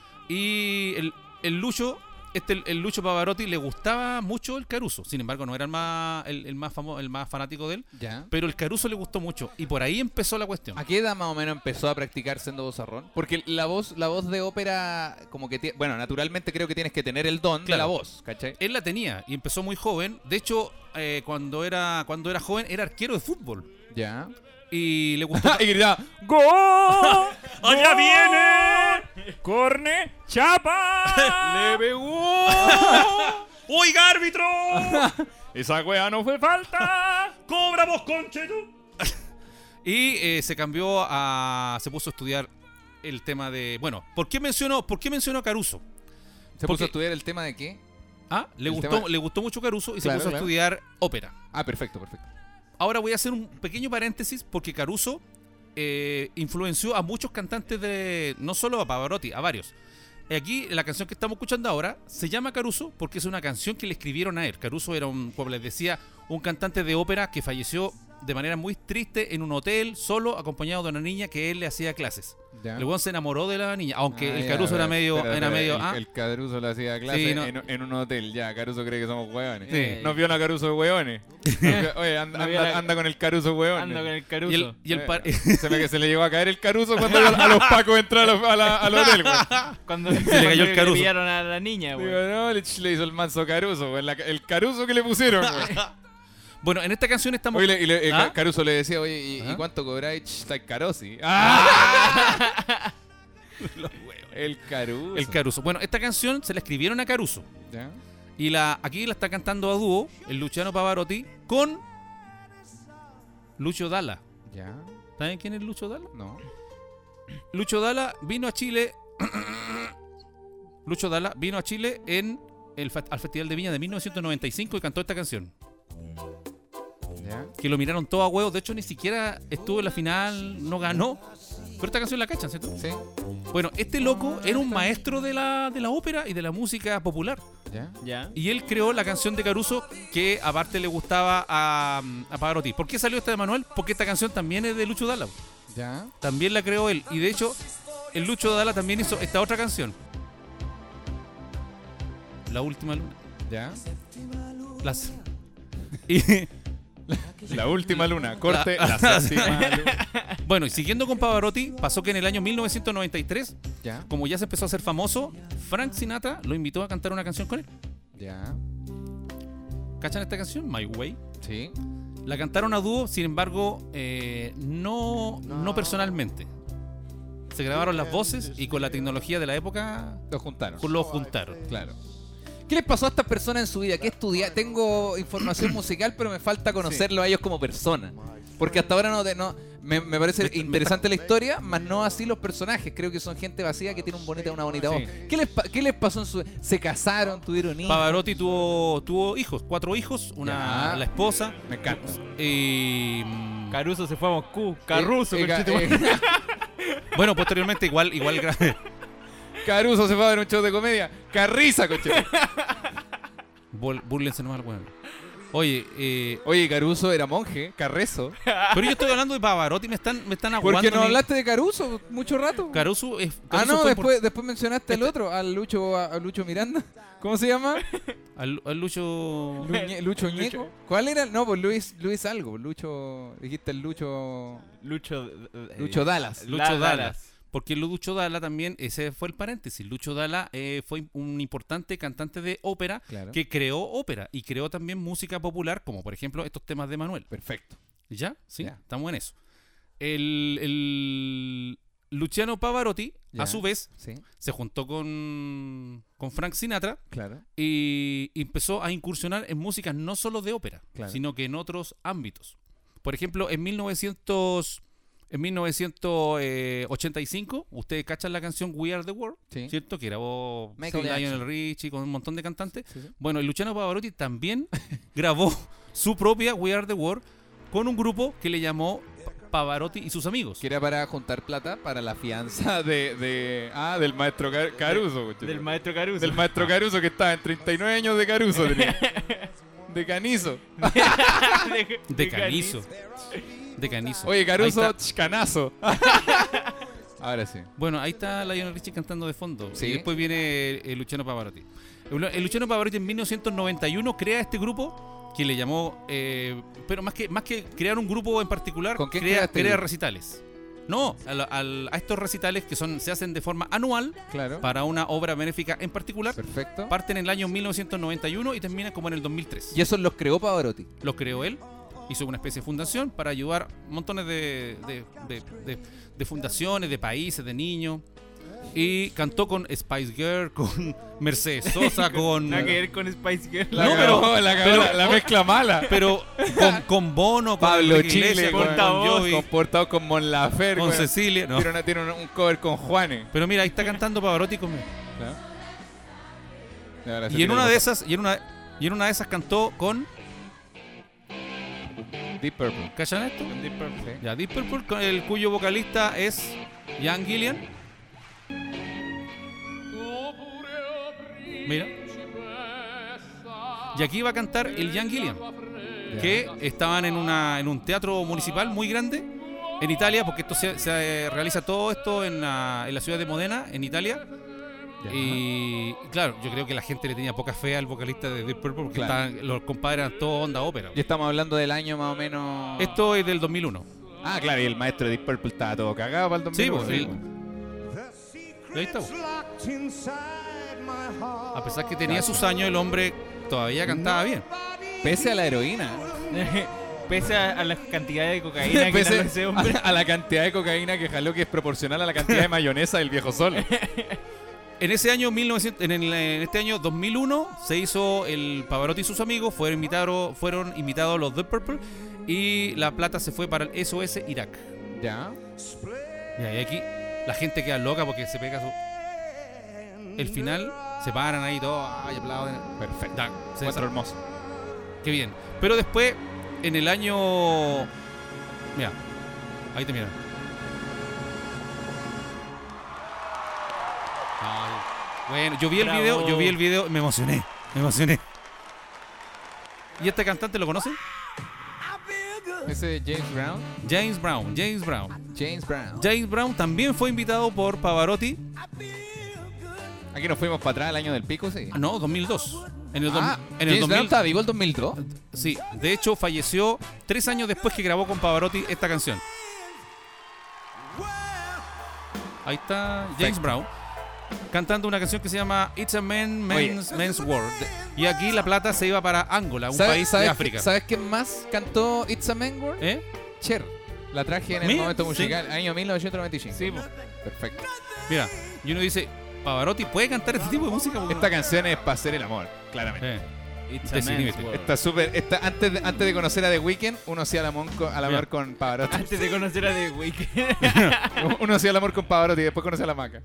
Y el, el Lucho, este, el, el Lucho Pavarotti le gustaba mucho el Caruso. Sin embargo, no era el más, el, el más famoso, el más fanático de él.
Ya.
Pero el Caruso le gustó mucho. Y por ahí empezó la cuestión.
¿A qué edad más o menos empezó a practicar siendo vozarrón? Porque la voz, la voz de ópera, como que tiene, bueno, naturalmente creo que tienes que tener el don de
Claro.
la voz, ¿cachai?
Él la tenía y empezó muy joven. De hecho, eh, cuando, era, cuando era joven, era arquero de fútbol.
Ya.
Y le gustó.
y gritaba,
¡Gol! ¡Allá viene! ¡Corne! ¡Chapa!
¡le pegó!
¡Oiga, árbitro! ¡Esa wea no fue falta! ¡Cobra vos, conchetu!
Y eh, se cambió a. Se puso a estudiar el tema de. Bueno, ¿por qué mencionó, ¿por qué mencionó a Caruso?
¿Se
Porque-
puso a estudiar el tema de qué?
Ah, le
El
gustó,
tema-
le gustó mucho Caruso y
Claro,
se puso a
claro.
estudiar ópera.
Ah, perfecto, perfecto.
Ahora voy a hacer un pequeño paréntesis porque Caruso eh, influenció a muchos cantantes de. No solo a Pavarotti, a varios. Aquí, la canción que estamos escuchando ahora se llama Caruso porque es una canción que le escribieron a él. Caruso era, un, como les decía, un cantante de ópera que falleció de manera muy triste en un hotel, solo, acompañado de una niña que él le hacía clases.
Ya.
El weón se enamoró de la niña, aunque
Ah,
el
ya,
Caruso era
pero-
medio.
espera,
era
espera,
medio
el,
ah,
el Caruso le hacía clase
Sí, no.
en, en un hotel. Ya, Caruso cree que somos hueones.
Sí.
¿No vio a Caruso de hueones? No vio- Oye, anda,
No vio
anda-
la-
anda con el Caruso hueones.
Ando con el Caruso.
y el, y el
Eh,
par-
se, me, se le llegó a caer el Caruso cuando a, a los pacos entrar a los- a la- al hotel, güey.
Cuando
le cayó el
cuando
Caruso.
pillaron a la niña,
Digo,
güey.
no, le, le hizo el manso Caruso, güey. la- el Caruso que le pusieron, güey.
Bueno, en esta canción estamos.
Oye, le- y le- eh,
¿Ah?
Ca- Caruso le decía, oye, ¿y,
¿Ah?
¿y cuánto cobráis? Ch, Está el Carosi. ¡Ah! el Caruso.
El Caruso. Bueno, esta canción se la escribieron a Caruso.
¿Ya?
Y la aquí la está cantando a dúo el Luciano Pavarotti con Lucho Dalla.
¿Ya?
¿Saben quién es Lucho Dalla?
No.
Lucho Dalla vino a Chile. Lucho Dalla vino a Chile en el, fe- al Festival de Viña de mil novecientos noventa y cinco y cantó esta canción.
¿Ya?
Que lo miraron todo a huevos. De hecho, ni siquiera estuvo en la final, no ganó. Pero esta canción la cachan, ¿cierto?
¿Sí?
Bueno, este loco era un maestro de la, de la ópera y de la música popular.
¿Ya?
Ya.
Y él creó la canción de Caruso que aparte le gustaba a, a Pavarotti. ¿Por qué salió esta de Manuel? Porque esta canción también es de Lucho Dalla.
¿Ya?
También la creó él. Y de hecho, el Lucho Dalla también hizo esta otra canción. La última luna.
¿Ya?
Las... Y,
La última luna. Corte.
La-
La, séptima luna.
bueno, y siguiendo con Pavarotti, pasó que en el año mil novecientos noventa y tres,
¿Ya?
como ya se empezó a hacer famoso, Frank Sinatra lo invitó a cantar una canción con él.
¿Ya?
¿Cachan esta canción? My Way.
¿Sí?
La cantaron a dúo, sin embargo, eh, no, no personalmente. Se grabaron las voces y con la tecnología de la época
Lo juntaron.
lo juntaron.
Claro. ¿Qué les pasó a estas personas en su vida? ¿Qué estudiar? Tengo información musical, pero me falta conocerlo a ellos como personas. Porque hasta ahora no, te- no me, me parece
Me- me
interesante la historia, más no así los personajes. Creo que son gente vacía que tiene un bonita, una bonita
Sí.
voz. ¿Qué les, pa- ¿Qué les pasó en su ¿Se casaron? ¿Tuvieron hijos?
Pavarotti tuvo, tuvo hijos, cuatro hijos, una
Ya.
la esposa.
Me encanta.
Y mm,
Caruso se fue a Moscú. Caruso,
Eh, eh,
conchetumare.
eh,
bueno, posteriormente igual, igual gra-
Caruso se fue a ver un show de comedia. Carriza, coche.
Bur- búrlense nomás, weón. Oye, eh,
Oye, Caruso era monje, Carrezo.
pero yo estoy hablando de Pavarotti, me están, me están
¿Por
aguando.
qué no
mi-
hablaste de Caruso mucho rato?
Caruso es.
Ah,
Caruso
no,
fue
después, después mencionaste al otro, al Lucho, a, a Lucho Miranda. ¿Cómo se llama?
por- al, al Lucho.
Luñe- Lucho Ñeco. ¿Cuál era? No, pues Luis, Luis algo. Lucho, dijiste el Lucho,
Lucho, eh,
Lucho Dallas.
Lucho
La-
Dalla. Porque Lucho Dalla también, ese fue el paréntesis. Lucho Dalla eh, fue un importante cantante de ópera
Claro.
que creó ópera y creó también música popular, como por ejemplo estos temas de Manuel.
Perfecto.
¿Ya? Sí,
Ya.
estamos en eso. El, el Luciano Pavarotti,
Ya.
a su vez,
Sí,
se juntó con, con Frank Sinatra
claro.
y empezó a incursionar en músicas no solo de ópera,
Claro.
sino que en otros ámbitos. Por ejemplo, en mil novecientos, en mil novecientos ochenta y cinco, ustedes cachan la canción We Are the World,
Sí.
¿cierto? Que grabó
Michael
Lionel
Jackson.
Richie con un montón de cantantes.
Sí, sí.
Bueno, el Luciano Pavarotti también grabó su propia We Are the World con un grupo que le llamó Pavarotti y sus amigos.
Que era para juntar plata para la fianza de, de ah, del maestro Car- Caruso. coche.
Del maestro Caruso.
Del maestro Caruso que estaba en treinta y nueve años de Caruso. tenía. De Canizo.
de,
De canizo. De canizo.
Oye,
Ahí
Caruso,
está.
ch, canazo. Ahora sí.
Bueno, ahí está Lionel Richie cantando de fondo.
Sí.
Y después viene el Luciano Pavarotti. El, el Luciano Pavarotti en mil novecientos noventa y uno crea este grupo que le llamó. eh, pero más que, más que crear un grupo en particular,
¿Con quién
crea,
creaste el
crea
grupo?
recitales. No, al- al- a estos recitales que son se hacen de forma anual
Claro.
para una obra benéfica en particular.
Perfecto.
Parten en el año mil novecientos noventa y uno y terminan como en el dos mil tres.
Y esos los creó Pavarotti.
Los creó él. Hizo una especie de fundación para ayudar montones de, de, de- de- de fundaciones, de países, de niños. Y cantó con Spice Girl, con Mercedes Sosa, con.
Nada que ver con Spice Girl.
La
No,
cagó,
pero-
la, cagó,
pero-
la, la mezcla mala.
Pero con, con Bono, con
Pablo
Enrique
Chile,
Iglesias,
con,
con, Bon Jovi,
con Portado con Mon Lafer,
con
con-
Cecilia. No.
Tiene, una- tiene un, un cover con Juanes.
Pero mira, ahí está cantando Pavarotti con. Y en una de esas, y en una, y en una de esas cantó con.
Deep Purple.
¿Cachan esto?
Con Deep Purple, sí.
Ya, Deep Purple, con el cuyo vocalista es Ian Gillian. Mira. Y aquí va a cantar el Ian Gillian, que estaban en, una, en un teatro municipal muy grande en Italia, porque esto se, se realiza todo esto en la, en la ciudad de Modena, enItalia.
Ya.
Y claro, yo creo que la gente le tenía poca fe al vocalista de Deep Purple porque
Claro.
estaban- los compadres eran todo onda ópera.
Y estamos hablando del año más o menos.
Esto es del dos mil uno.
Ah, claro, y el maestro de Deep Purple estaba todo cagado para el dos mil
Sí,
uno.
pues, el- ahí está. A pesar que tenía sus años, el hombre todavía cantaba bien.
Pese a la heroína.
Pese a, a la cantidad de cocaína que
Pese
inhaló ese hombre.
a, a la cantidad de cocaína que jaló, que es proporcional a la cantidad de mayonesa del viejo sol.
En ese año mil novecientos, en, el- en este año dos mil uno se hizo el Pavarotti y sus amigos, fueron invitados, fueron invitados los Deep Purple y la plata se fue para el S O S Irak.
Ya.
Mira, y aquí la gente queda loca porque se pega su... El final, se paran ahí todos, ay, aplauden.
Perfecto.
Da, se
Encuentro
desa-
hermoso.
Qué bien. Pero después, en el año... Mira, ahí te miran. Ay, bueno, yo vi el
Bravo.
video, yo vi el video, me emocioné, me emocioné. ¿Y este cantante lo conocen?
Ese es James Brown.
James Brown, James Brown.
James Brown.
James Brown también fue invitado por Pavarotti.
Aquí nos fuimos para atrás el año del pico, sí.
Ah, no, dos mil dos. En el, dos-
Ah,
en el
James
dos
Brown
mil,
estaba vivo el dos mil dos.
sí, de hecho falleció tres años después que grabó con Pavarotti esta canción. Ahí está James
Perfecto.
Brown cantando una canción que se llama It's a Man,
Oye.
Man's, Man's World. Y aquí la plata se iba para Angola, un
¿Sabes-
país
sabes
de
qui-
África.
¿Sabes quién más cantó It's a Man World?
¿Eh?
Cher. La traje en el
Mira,
momento
sí.
musical, año mil novecientos noventa y cinco.
Sí, po.
Perfecto.
Mira, y uno dice, Pavarotti puede cantar este tipo de música. porque-
Esta canción es para hacer el amor, claramente.
Eh,
It's a
Desinhíbete.
man's world.
Está súper. está- Antes, de, antes de conocer a The Weeknd, uno hacía el amor con, al amor
Mira.
con Pavarotti.
Antes de conocer a The Weeknd.
Uno hacía el amor con Pavarotti y después conoce a la maca.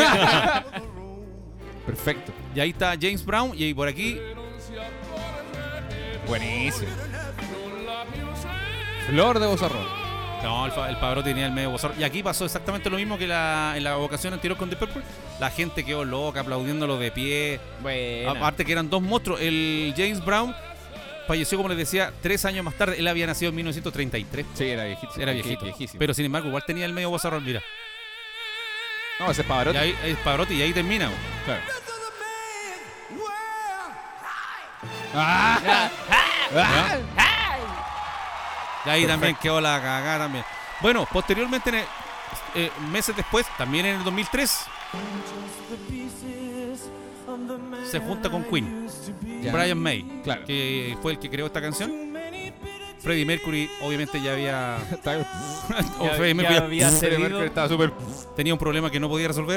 Perfecto.
Y ahí está James Brown. Y ahí por aquí,
Buenísimo. Flor de Bozarrón.
no, el, fa- el Pavarotti tenía el medio bozarrón. Y aquí pasó exactamente lo mismo que la, en la ocasión anterior con The Purple. La gente quedó loca, aplaudiéndolo de pie.
Bueno.
Aparte que eran dos monstruos. El James Brown falleció, como les decía, tres años más tarde. Él había nacido en mil novecientos treinta y tres.
Sí, era viejito.
Era viejito.
Viejísimo.
Pero sin embargo, igual tenía el medio bozarrón. Mira.
No, ese es Pavarotti.
Y ahí es Pavarotti y ahí termina. güey.
Claro. ¡Ah! ¡Ah!
Y ahí también quedó la cagada también. Bueno, posteriormente, en el- eh, meses después, también en el dos mil tres, se junta con Queen.
Ya.
Brian May,
Claro.
que fue el que creó esta canción. Freddie Mercury, obviamente, ya había.
Está-
o
Ya-
Freddie
ya
Mercury
había
Freddie
cedido.
Mercury estaba súper.
tenía un problema que no podía resolver.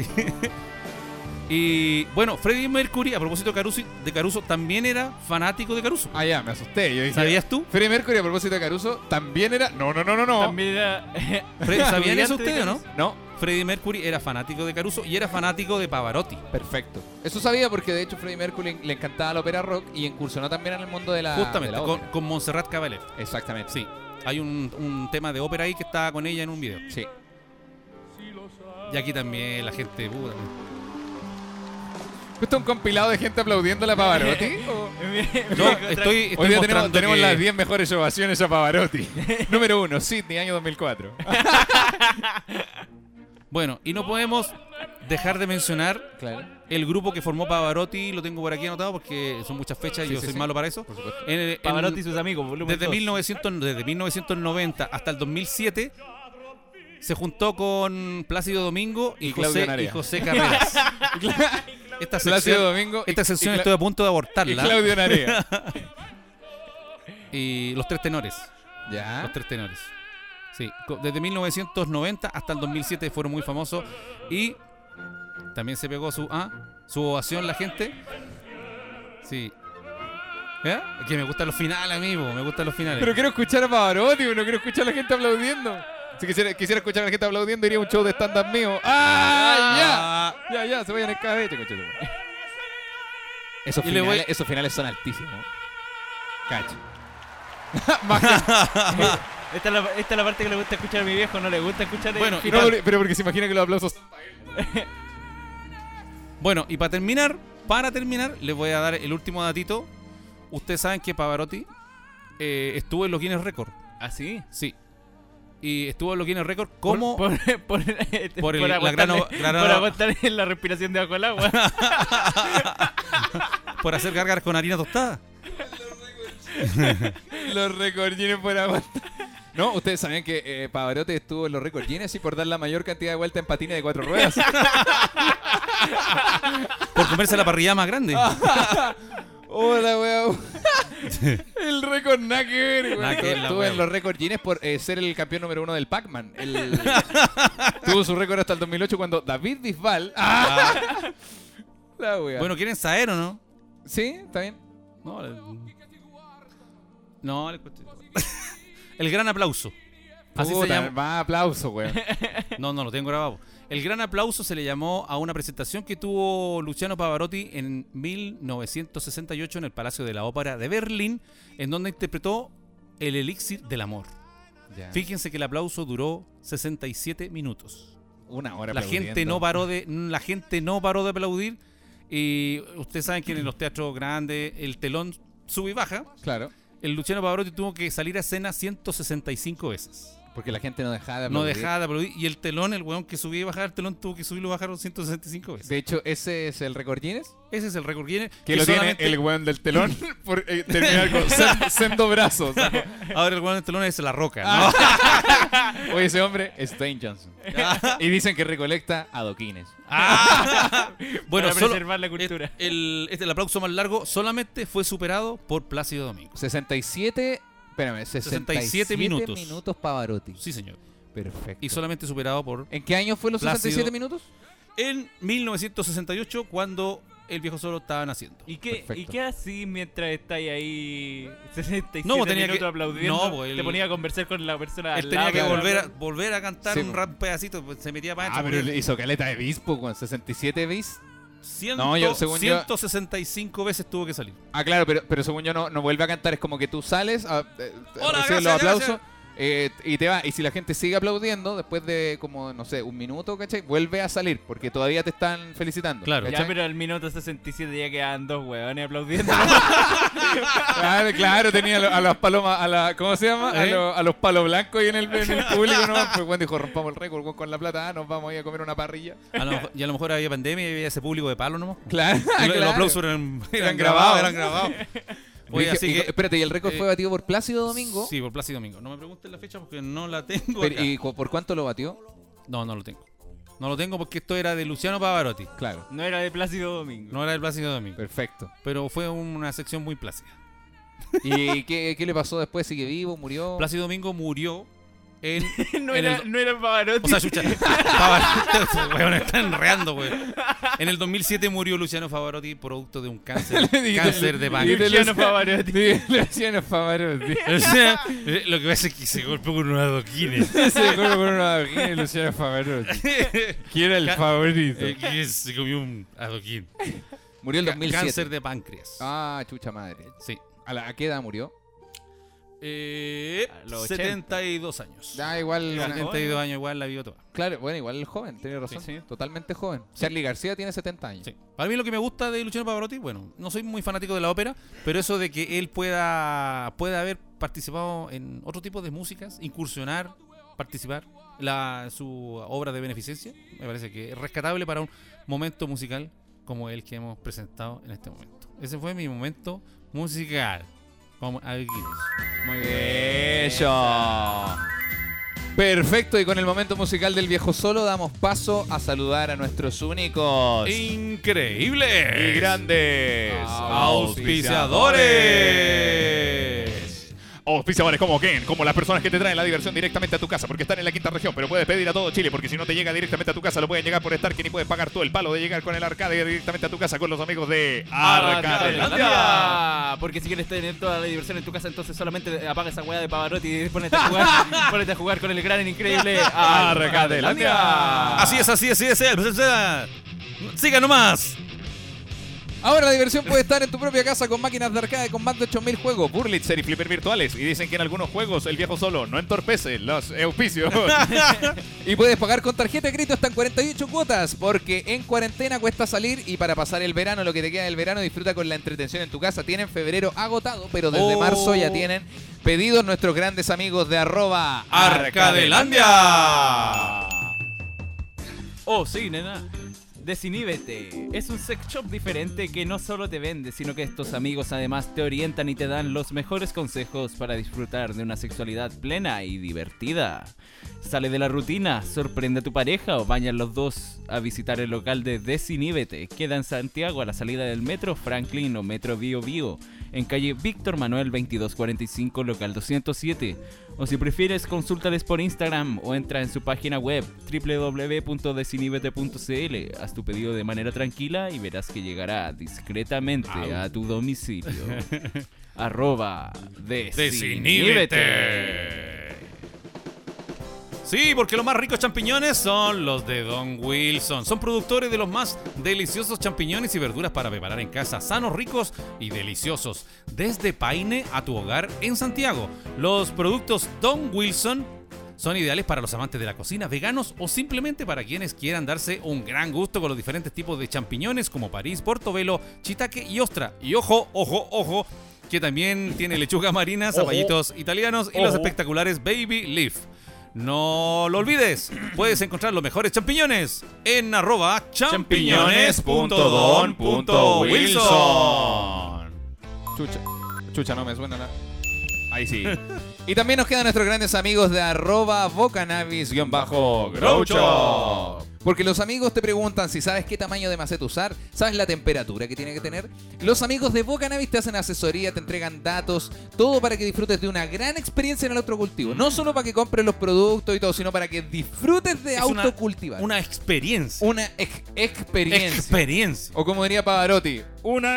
Y bueno, Freddie Mercury, a propósito de Caruso, de Caruso, también era fanático de Caruso.
Ah, ya, me asusté. Yo dije,
¿Sabías tú?
Freddie Mercury, a propósito de Caruso, también era. No, no, no, no, no.
También era.
Fre- ¿Sabían eso
estudiante de
ustedes o no?
Caruso.
No.
Freddie Mercury era fanático de Caruso y era fanático de Pavarotti.
Perfecto. Eso sabía porque de hecho Freddie Mercury le encantaba la ópera rock y incursionó también en el mundo de la.
Justamente,
de la
con,
ópera.
con Montserrat Caballé.
Exactamente.
Sí, hay un, un tema de ópera ahí que está con ella en un video.
Sí.
Y aquí también la gente puta.
¿Esto es un compilado de gente aplaudiendo a Pavarotti? ¿O-
Yo estoy, estoy
Hoy día tenemos,
mostrando
tenemos
que-
las diez mejores ovaciones a Pavarotti. Número uno, Sydney, año dos mil cuatro.
Bueno, y no podemos dejar de mencionar
Claro.
el grupo que formó Pavarotti. Lo tengo por aquí anotado porque son muchas fechas y
Sí,
yo
sí,
soy
sí.
malo para eso.
Por supuesto.
En el- en-
Pavarotti y sus amigos, volumen
desde,
dos.
mil novecientos, desde mil novecientos noventa hasta el dos mil siete se juntó con Plácido Domingo y,
Y Claudio
José,
Narea.
y José Carreras. Esta
Plácido
sección,
Domingo.
esta
y-
sección
y Cla-
estoy a punto de
Y
abortarla.
Claudio Narea.
Y los tres tenores.
Ya.
Los tres tenores. Sí, co- desde mil novecientos noventa hasta el dos mil siete fueron muy famosos. Y también se pegó su ah, su ovación la gente. Sí. ¿Eh? Es que me gustan los finales, amigo. Me gustan los finales.
Pero quiero escuchar a Pavarotti, no quiero escuchar a la gente aplaudiendo. Si quisiera, quisiera escuchar a la gente aplaudiendo, iría a un show de stand-up mío. ¡Ah! ¡Ya! Ya, ya, se vayan en cabeza, coche. Esos
Y le voy-
finales, esos finales son altísimos. Cacho.
Esta es, la, esta es la parte que le gusta escuchar a mi viejo, no le gusta escuchar el
Bueno, y
final.
No, pero porque se imagina que los aplausos.
Bueno, y para terminar, para terminar, les voy a dar el último datito. Ustedes saben que Pavarotti eh, estuvo en los Guinness Record.
¿Ah, sí?
Sí. Y estuvo en los Guinness Record como
Por, por, por,
Por el-
por
la
aguantarle-
gran- gran-
por aguantar en la respiración debajo del agua.
por hacer gárgaras con harina tostada.
Los récord Guinness por aguantar. No, ustedes sabían que eh, Pavarotti estuvo en los récord Guinness y por dar la mayor cantidad de vueltas en patines de cuatro ruedas.
Por comerse la parrilla más grande.
Hola, weón. El récord nada que ver, weón.
Nada que ver, la
Estuvo
weá.
en los récord Guinness por eh, ser el campeón número uno del Pac-Man. El- Tuvo su récord hasta el dos mil ocho cuando David Bisbal. ¡Ah! La wea.
Bueno, ¿quieren saber o no?
¿Sí? ¿Está bien?
No, le- no le cueste- El gran aplauso. Así se
Puta,
llama.
Más aplauso, weón.
No, no, lo tengo grabado. El gran aplauso se le llamó a una presentación que tuvo Luciano Pavarotti en mil novecientos sesenta y ocho en el Palacio de la Ópera de Berlín, en donde interpretó El Elixir del Amor.
Ya.
Fíjense que el aplauso duró sesenta y siete minutos.
Una hora
La gente no paró de la gente no paró de aplaudir y ustedes saben que en los teatros grandes el telón sube y baja.
Claro.
El Luciano Pavarotti tuvo que salir a escena ciento sesenta y cinco veces.
Porque la gente no dejaba de
No
aplaudir.
dejaba de aplaudir. Y el telón, el weón que subía y bajaba el telón, tuvo que subirlo y bajarlo ciento sesenta y cinco veces.
De hecho, ese es el récord Guinness.
Ese es el récord Guinness.
Que lo
solamente-
tiene el weón del telón por eh, terminar con sen- sendo brazos.
Ahora el weón del telón es La Roca. ¿no?
Oye, ese hombre es Dwayne Johnson. Y dicen que recolecta adoquines.
Bueno,
Para
solo
preservar la cultura.
El, el- este, el aplauso más largo solamente fue superado por Plácido Domingo.
sesenta y siete... Espérame, sesenta y siete
minutos.
minutos Pavarotti.
Sí, señor.
Perfecto.
Y solamente superado por
¿En qué año fue los
Plácido-
sesenta y siete minutos?
en mil novecientos sesenta y ocho, cuando el Viejo Solo estaba naciendo.
¿Y qué,
Perfecto.
¿Y qué así mientras estáis ahí sesenta y siete
No, tenía
minutos
que-
aplaudiendo?
no, pues, él-
te ponía a conversar con la persona
Él
al
tenía
lado,
que
bla, bla,
volver a,
bla.
volver a cantar
Sí,
un
po.
rap pedacito, pues, se metía para
Ah,
adentro.
pero
porque
él hizo caleta de bis, po, con sesenta y siete bis.
cien,
No, yo, según yo-
ciento sesenta y cinco veces tuvo que salir.
Ah, claro, pero, pero según yo no, no vuelve a cantar. Es como que tú sales, a, eh,
Hola,
recibes
gracias,
los aplausos
gracias.
eh, y te vas. Y si la gente sigue aplaudiendo, después de como, no sé, un minuto, ¿cachai? Vuelve a salir porque todavía te están felicitando.
Claro.
¿cachai?
Ya, pero al minuto sesenta y siete ya quedaban dos huevones aplaudiendo.
Claro, claro, tenía a lo- a las palomas, a la, ¿cómo se llama? A,
¿Eh?
lo- a los palos blancos ahí en el, en el público, ¿no? Pues bueno, dijo, rompamos el récord weón, con la plata, ah, nos vamos a ir a comer una parrilla.
A lo mejor- y a lo mejor había pandemia y había ese público de palo nomás.
Claro,
Y lo-
claro.
Los aplausos eran, eran
Eran
grabados,
grabados.
eran grabados. Oye,
Dije,
así
y-
que,
espérate, ¿y el récord
eh,
fue batido por Plácido Domingo?
Sí, por Plácido Domingo. No me pregunten la fecha porque no la tengo
Pero,
acá.
¿y cu- por cuánto lo batió?
No, no lo tengo. No lo tengo porque esto era de Luciano Pavarotti.
Claro,
No era de Plácido Domingo.
No era del Plácido Domingo.
perfecto.
Pero fue una sección muy plácida.
¿Y qué, qué le pasó después? ¿Sigue vivo? ¿Murió?
Plácido Domingo murió en...
no,
en
era,
el-
no era Pavarotti.
O sea, chucha. Pavarotti, esos weones están enreando, güey. En el dos mil siete murió Luciano Pavarotti producto de un cáncer, cáncer de páncreas.
Luciano Pavarotti.
Sí, Luciano Pavarotti.
O sea, eh, lo que pasa es que se golpeó con unos adoquines.
Se acuerdo con una adoquín y Luciano Pavarotti. ¿Quién era el
Ca-
favorito?
Eh, que se comió un adoquín.
Murió en
Ca-
dos mil siete.
Cáncer de páncreas.
Ah, chucha madre.
Sí.
¿A, la, ¿A qué edad murió?
Eh,
A los ochenta.
setenta y dos años.
Da igual.
Era
una-
joven.
setenta y dos años igual la vio toda.
Claro, bueno, igual el joven, tiene razón.
Sí, sí.
Totalmente joven. Charlie García tiene setenta años.
Sí. Para mí lo que me gusta de Luciano Pavarotti, bueno, no soy muy fanático de la ópera, pero eso de que él pueda, pueda haber participado en otro tipo de músicas, incursionar, participar, la, su obra de beneficencia, me parece que es rescatable para un momento musical como el que hemos presentado en este momento. Ese fue mi momento musical. Vamos a ver.
Muy bien. Eso. Perfecto, y con el momento musical del Viejo Solo damos paso a saludar a nuestros únicos
Increíble.
Y grandes
auspiciadores.
Auspiciadores como Ken, como las personas que te traen la diversión directamente a tu casa, porque están en la quinta región, pero puedes pedir a todo Chile, porque si no te llega directamente a tu casa, lo pueden llegar por Starken y puedes pagar todo el palo de llegar con el arcade directamente a tu casa con los amigos de Arcadelandia.
Arcadelandia. Porque si quieres tener toda la diversión en tu casa, entonces solamente apaga esa weá de Pavarotti y ponete a jugar, ponete a jugar con el gran e increíble
Arcadelandia.
Así es, así es, así es. así es. Siga nomás.
Ahora la diversión puede estar en tu propia casa con máquinas de arcade con más de ocho mil juegos.
Burlitzer y flipper virtuales. Y dicen que en algunos juegos el Viejo Solo no entorpece los auspicios.
Y puedes pagar con tarjeta de crédito hasta en cuarenta y ocho cuotas, porque en cuarentena cuesta salir y para pasar el verano, lo que te queda del verano, disfruta con la entretención en tu casa. Tienen febrero agotado, pero desde
Oh.
marzo ya tienen pedidos nuestros grandes amigos de arroba
Arcadelandia.
Oh, sí, nena. Desiníbete. Es un sex shop diferente que no solo te vende, sino que estos amigos además te orientan y te dan los mejores consejos para disfrutar de una sexualidad plena y divertida. Sale de la rutina, sorprende a tu pareja o vayan los dos a visitar el local de Desiníbete. Queda en Santiago a la salida del Metro Franklin o Metro Bio Bio, en calle Víctor Manuel veintidós cuarenta y cinco, local doscientos siete. O si prefieres, consúltales por Instagram o entra en su página web w w w punto desinhibete punto c l. Haz tu pedido de manera tranquila y verás que llegará discretamente a tu domicilio. Arroba Desiníbete.
Desiníbete. Sí, porque los más ricos champiñones son los de Don Wilson. Son productores de los más deliciosos champiñones y verduras para preparar en casa, sanos, ricos y deliciosos. Desde Paine a tu hogar en Santiago. Los productos Don Wilson son ideales para los amantes de la cocina, veganos o simplemente para quienes quieran darse un gran gusto con los diferentes tipos de champiñones como París, portobelo, shiitake y ostra. Y ojo, ojo, ojo, que también tiene lechuga marina, zapallitos italianos y los
Ojo.
espectaculares Baby Leaf. No lo olvides, puedes encontrar los mejores champiñones en arroba champiñones punto don punto wilson.
Chucha, chucha, no me suena nada.
Ahí sí.
Y también nos quedan nuestros grandes amigos de arroba bocanabis-groucho. Porque los amigos te preguntan si sabes qué tamaño de maceta usar, sabes la temperatura que tiene que tener. Los amigos de Bocannabis te hacen asesoría, te entregan datos, todo para que disfrutes de una gran experiencia en el autocultivo. No solo para que compres los productos y todo, sino para que disfrutes de
Es una-
autocultivar.
Una experiencia.
Una ex- experiencia.
Experiencia.
O como diría Pavarotti, una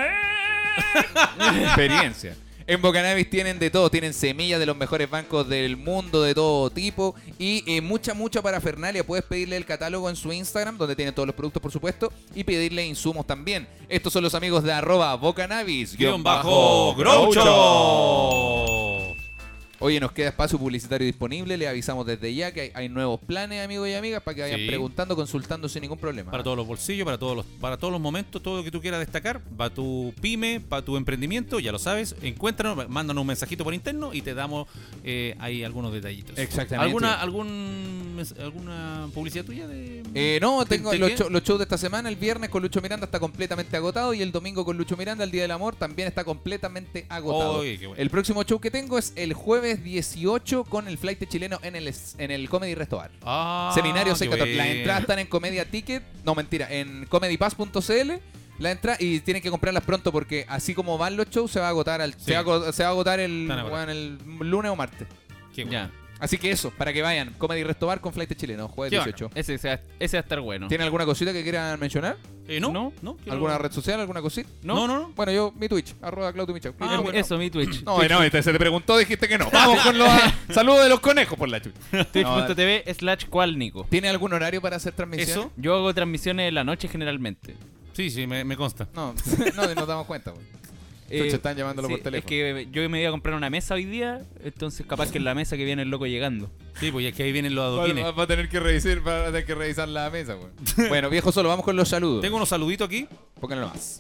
experiencia. En Bocannabis tienen de todo, tienen semillas de los mejores bancos del mundo de todo tipo y eh, mucha, mucha parafernalia. Puedes pedirle el catálogo en su Instagram, donde tienen todos los productos, por supuesto, y pedirle insumos también. Estos son los amigos de arroba Bocannabis.
Guión bajo Groucho.
Oye, nos queda espacio publicitario disponible. Le avisamos desde ya que hay, hay nuevos planes, amigos y amigas, para que vayan
Sí.
preguntando, consultando sin ningún problema.
Para todos los bolsillos, para todos los, para todos los momentos, todo lo que tú quieras destacar, para tu pyme, para tu emprendimiento, ya lo sabes, encuéntranos, mándanos un mensajito por interno y te damos eh, ahí algunos detallitos.
Exactamente.
¿Alguna, algún, mens- ¿Alguna publicidad tuya? De...
Eh, no,
¿Te-
tengo
te
los,
qué?
show- los shows de esta semana. El viernes con Lucho Miranda está completamente agotado y el domingo con Lucho Miranda, el Día del Amor, también está completamente agotado.
Oye, qué bueno.
El próximo show que tengo es el jueves dieciocho con el flight chileno en el, en el Comedy Restobar.
Ah,
Seminario
qué
C catorce. Las
bueno.
entradas están en Comedia Ticket. No, mentira, en comedypass punto c l. La entrada y tienen que comprarlas pronto porque así como van los shows se va a agotar al,
Sí.
se, va a, ago- se va a agotar el,
Están agotados.
bueno, el lunes o martes.
Qué bueno.
Ya.
Así que eso, para que vayan. Comedy Restobar con flight chileno, jueves
Qué
dieciocho.
Ese, ese, ese va a estar bueno.
¿Tiene alguna cosita que quieran mencionar?
Eh, ¿No?
¿No?
¿No? quiero-
¿Alguna red social? ¿Alguna cosita?
No, no, no.
Bueno, yo, mi Twitch, arroba Claudio Michau.
Ah,
Eh,
bueno.
Eso, mi Twitch.
No, no, este se te preguntó, dijiste que no. Vamos con los saludos de los conejos por la chucha.
Twitch
No,
punto t v slash cualnico.
¿Tiene algún horario para hacer transmisiones?
Eso.
Yo hago transmisiones en la noche generalmente.
Sí, sí, me, me consta.
No, no nos damos cuenta, güey.
Eh,
Chucha, están llamándolo
sí,
por teléfono.
Es que yo me iba a comprar una mesa hoy día, entonces capaz que en la mesa que viene el loco llegando.
Sí, pues ya que ahí vienen los
Va,
adoquines.
va- va a tener que revisar, va a tener que revisar la mesa, güey. Bueno, viejo solo, vamos con los saludos.
Tengo unos saluditos aquí.
Pónganlo más.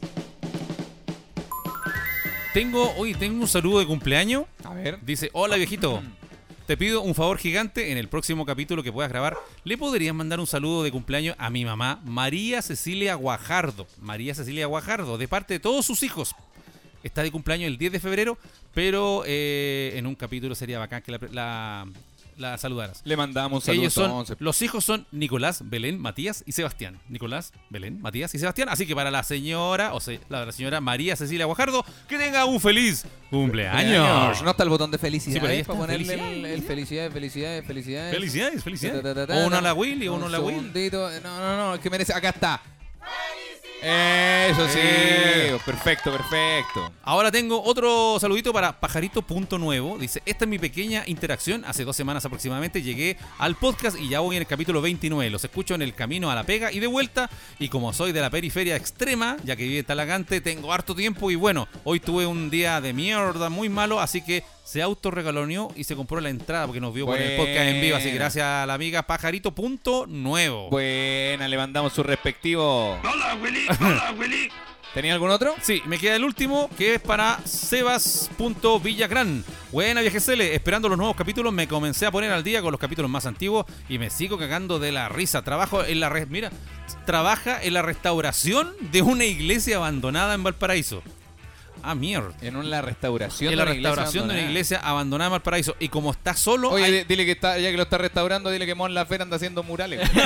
Tengo, hoy tengo un saludo de cumpleaños.
A ver.
Dice, hola viejito, te pido un favor gigante en el próximo capítulo que puedas grabar. ¿Le podrías mandar un saludo de cumpleaños a mi mamá, María Cecilia Guajardo? María Cecilia Guajardo, de parte de todos sus hijos. Está de cumpleaños el diez de febrero, pero eh, en un capítulo sería bacán que la, la, la saludaras.
Le mandamos un saludo
Ellos son,
entonces.
los hijos son Nicolás, Belén, Matías y Sebastián. Nicolás, Belén, Matías y Sebastián. Así que para la señora, o sea, la, la señora María Cecilia Guajardo, que tenga un feliz cumpleaños.
No está el botón de
Sí, pero ahí
felicidades
está,
para ponerle
felicidades.
el, el felicidades, felicidades, felicidades.
Felicidades, felicidades.
Ta, ta, ta, ta,
O uno a la
ta.
Willy, o
Un
uno a la Willy.
segundito. No, no, no, es que merece. Acá está. Eso sí.
Eh.
Perfecto, perfecto.
Ahora tengo otro saludito para Pajarito Punto Nuevo. Dice, esta es mi pequeña interacción. Hace dos semanas aproximadamente llegué al podcast y ya voy en el capítulo veintinueve. Los escucho en el camino a la pega y de vuelta. Y como soy de la periferia extrema, ya que vive en Talagante, tengo harto tiempo. Y bueno, hoy tuve un día de mierda muy malo, así que se autorregaloneó y se compró la entrada porque nos vio con el podcast en vivo. Así que
Buena.
gracias a la amiga Pajarito Punto Nuevo.
Buena, le mandamos su respectivo.
Hola, Willy. Hola, Willy.
¿Tenía algún otro?
Sí, me queda el último, que es para Sebas.Villagrán. Buena viajecele, esperando los nuevos capítulos, me comencé a poner al día con los capítulos más antiguos y me sigo cagando de la risa. Trabajo en la re- mira, trabaja en la restauración de una iglesia abandonada en Valparaíso. Ah, mierda.
En una restauración
En
de
la
una iglesia
restauración de una
abandonada.
iglesia abandonada en Valparaíso. Y como está solo,
Oye,
hay-
di- dile que está, ya que lo está restaurando, dile que Mon Laferte anda haciendo murales.
que,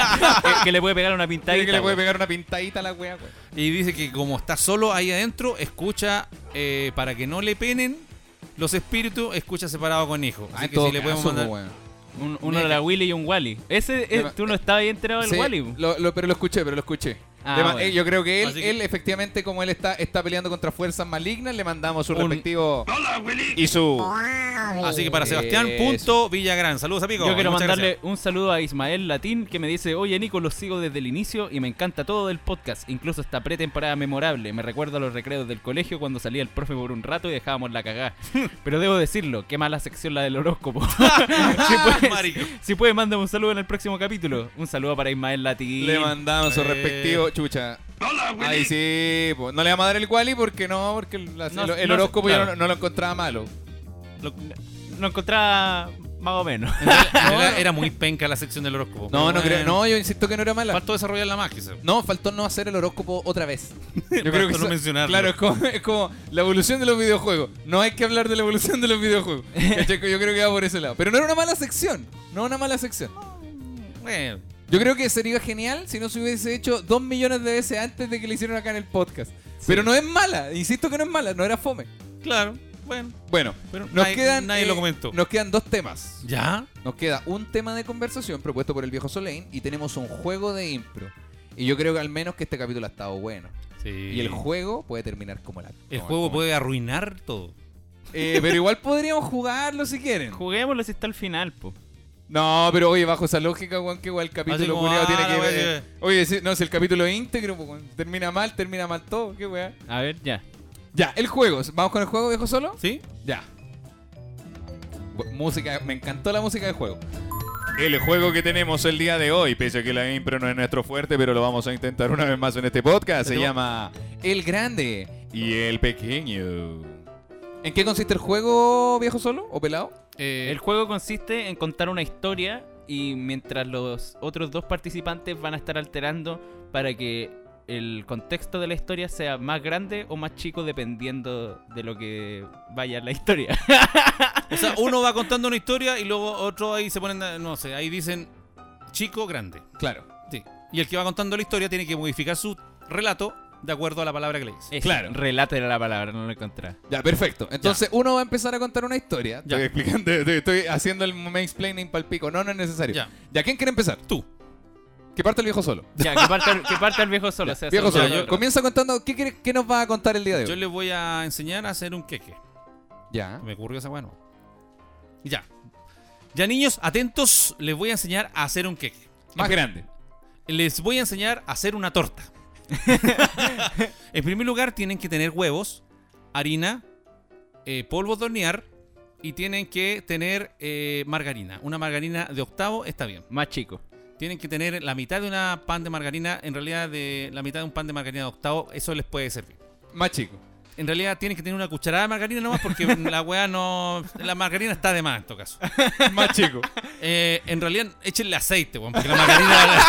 que le puede pegar una pintadita.
Dile que le puede
güey.
pegar una pintadita a la wea, güey.
y dice que como está solo ahí adentro, escucha eh, para que no le penen los espíritus, escucha separado con hijo.
Ah,
Así
en
que
todo
si le podemos
caso,
mandar...
po, weón.
Un- uno de la Willy y un Wally. Ese, es-
Dema-
tú no estabas ahí enterado del
Sí,
Wally. güey.
lo- lo- pero lo escuché, pero lo escuché.
Ah,
Le ma-
bueno.
eh, yo creo que él,
Así que-
él efectivamente, como él está, está peleando contra fuerzas malignas, le mandamos su
Un-
respectivo
Hola, Willy.
y su...
Así que para Sebastián
Eso.
punto Villagrán. Saludos, amigo.
Yo quiero
Muchas
mandarle
gracias.
un saludo a Ismael Latín que me dice, oye Nico, los sigo desde el inicio y me encanta todo del podcast, incluso esta pretemporada memorable. Me recuerda a los recreos del colegio cuando salía el profe por un rato y dejábamos la cagada. Pero debo decirlo, qué mala sección la del horóscopo. si, puede,
Marico.
si puede, mándame un saludo en el próximo capítulo. Un saludo para Ismael Latín.
Le mandamos su
Eh.
respectivo... Chucha.
Hola, Willy.
Ahí sí, po. No le vamos a dar el Wally porque no, porque el, la-
No,
el- el
no,
horóscopo
claro.
yo no, no lo encontraba malo.
Lo, lo encontraba más o menos.
Era, era muy penca la sección del horóscopo.
No,
Pero
no creo.
bueno,
No, yo insisto que no era mala.
Faltó desarrollarla más, quizás.
No, faltó no hacer el horóscopo otra vez. Yo
Faltó
creo que
no
eso-
mencionarlo.
Claro, es como, es como la evolución de los videojuegos. No hay que hablar de la evolución de los videojuegos. ¿Cachai? Yo creo que va por ese lado. Pero no era una mala sección. No una mala sección.
Bueno,
Yo creo que sería genial si no se hubiese hecho dos millones de veces antes de que lo hicieron acá en el podcast. Pero no es mala, insisto que no es mala, no era fome.
Claro, bueno.
Bueno,
Pero
nos
nadie-
quedan
nadie
eh,
lo comentó.
Nos quedan dos temas.
¿Ya?
Nos queda un tema de conversación propuesto por el viejo Solein y tenemos un juego de impro. Y yo creo que al menos que este capítulo ha estado bueno.
Sí.
Y el juego puede terminar como la.
El
como-
juego
como-
puede arruinar todo.
Eh, pero igual podríamos jugarlo si quieren.
Juguémoslo si está al final, po.
No, pero oye, bajo esa lógica, weón, que igual el capítulo
como,
culiao
ah,
tiene
la
que
wea
ver.
que-
Oye, si- no, si el capítulo es íntegro, pues, weón, termina mal, termina mal todo, qué weá.
A ver, ya.
Ya, el juego. ¿Vamos con el juego, viejo solo?
¿Sí?
Ya. Bu- Música, me encantó la música del juego.
El juego que tenemos el día de hoy, pese a que la impro no es nuestro fuerte, pero lo vamos a intentar una vez más en este podcast, se
Pero-
llama
El grande.
Y el pequeño.
¿En qué consiste el juego, viejo solo o pelado?
Eh,
El juego consiste en contar una historia y mientras los otros dos participantes van a estar alterando para que el contexto de la historia sea más grande o más chico dependiendo de lo que vaya en la historia.
O sea, uno va contando una historia y luego otro ahí se ponen, no sé, ahí dicen chico, grande.
Claro.
Sí. Y el que va contando la historia tiene que modificar su relato de acuerdo a la palabra que le dice.
Es-
Claro.
Relata era la palabra, no lo encontré.
Ya, perfecto. Entonces uno va a empezar a contar una historia.
Ya.
Estoy explicando, estoy, estoy haciendo el mansplaining para el pico. No, no es necesario.
Ya.
Ya, ¿quién quiere empezar?
Tú.
Que parte el viejo solo.
Ya, que parte, el- que parte el viejo solo. o sea,
Viejo
solo-
solo,
yo-
comienza contando qué, quiere- qué nos va a contar el día de hoy.
Yo les voy a enseñar a hacer un queque.
Ya.
Me ocurrió esa bueno. Ya. Ya niños, atentos, les voy a enseñar a hacer un queque.
Más grande.
Les voy a enseñar a hacer una torta. En primer lugar, tienen que tener huevos, harina, eh, polvo de hornear y tienen que tener eh, margarina. Una margarina de octavo está bien.
Más chico.
Tienen que tener la mitad de una pan de margarina, en realidad de la mitad de un pan de margarina de octavo, eso les puede servir.
Más chico.
En realidad tienen que tener una cucharada de margarina nomás porque la weá no... La margarina está de más en todo caso.
Más chico.
Eh, en realidad, échenle aceite, weón, porque la margarina...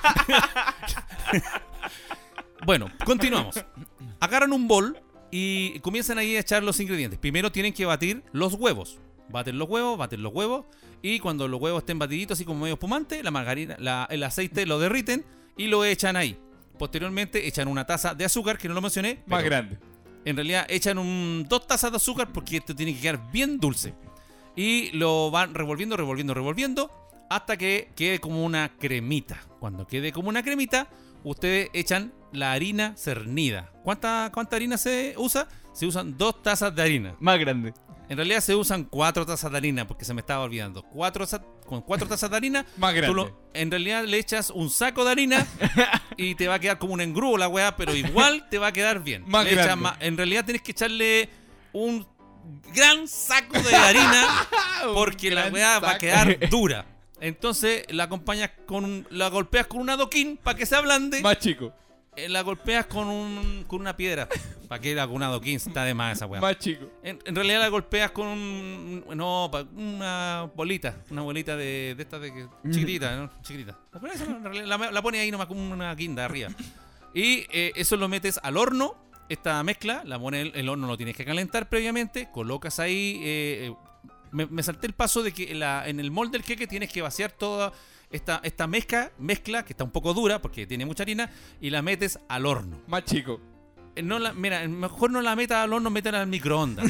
Bueno, continuamos. Agarran un bol y comienzan ahí a echar los ingredientes. Primero tienen que batir los huevos. Baten los huevos, baten los huevos. Y cuando los huevos estén batiditos, así como medio espumante, la margarina, la- el aceite lo derriten y lo echan ahí. Posteriormente echan una taza de azúcar, que no lo mencioné.
Más
pero
grande.
En realidad echan un, dos tazas de azúcar porque esto tiene que quedar bien dulce. Y lo van revolviendo, revolviendo, revolviendo hasta que quede como una cremita. Cuando quede como una cremita, ustedes echan la harina cernida. ¿Cuánta, cuánta harina se usa? Se usan dos tazas de harina.
Más grande.
En realidad se usan cuatro tazas de harina porque se me estaba olvidando. Cuatro, sa- con cuatro tazas de harina,
Más grande.
tú lo- en realidad le echas un saco de harina y te va a quedar como un engrudo la weá, pero igual te va a quedar bien.
Más
Le echas
grande.
ma- en realidad tienes que echarle un gran saco de harina porque la
gran
weá va a
saco.
quedar dura. Entonces la acompañas con un, la golpeas con un adoquín para que se ablande.
Más chico.
eh, La golpeas con un, con una piedra para que era con un adoquín, está de más esa weá.
Más chico.
En, en realidad la golpeas con un, no, pa- una bolita, una bolita de, de estas de que, chiquitita, ¿no? Chiquitita. La pones, en realidad, la, la pones ahí nomás como una guinda arriba. Y eh, eso lo metes al horno, esta mezcla, la pones, el, el horno lo tienes que calentar previamente, colocas ahí, eh, eh, me, me salté el paso de que en, la, en el molde del queque tienes que vaciar toda esta, esta mezcla, mezcla, que está un poco dura porque tiene mucha harina, y la metes al horno.
Más chico.
Eh, No la, mira, mejor no la metas al horno, métela al microondas.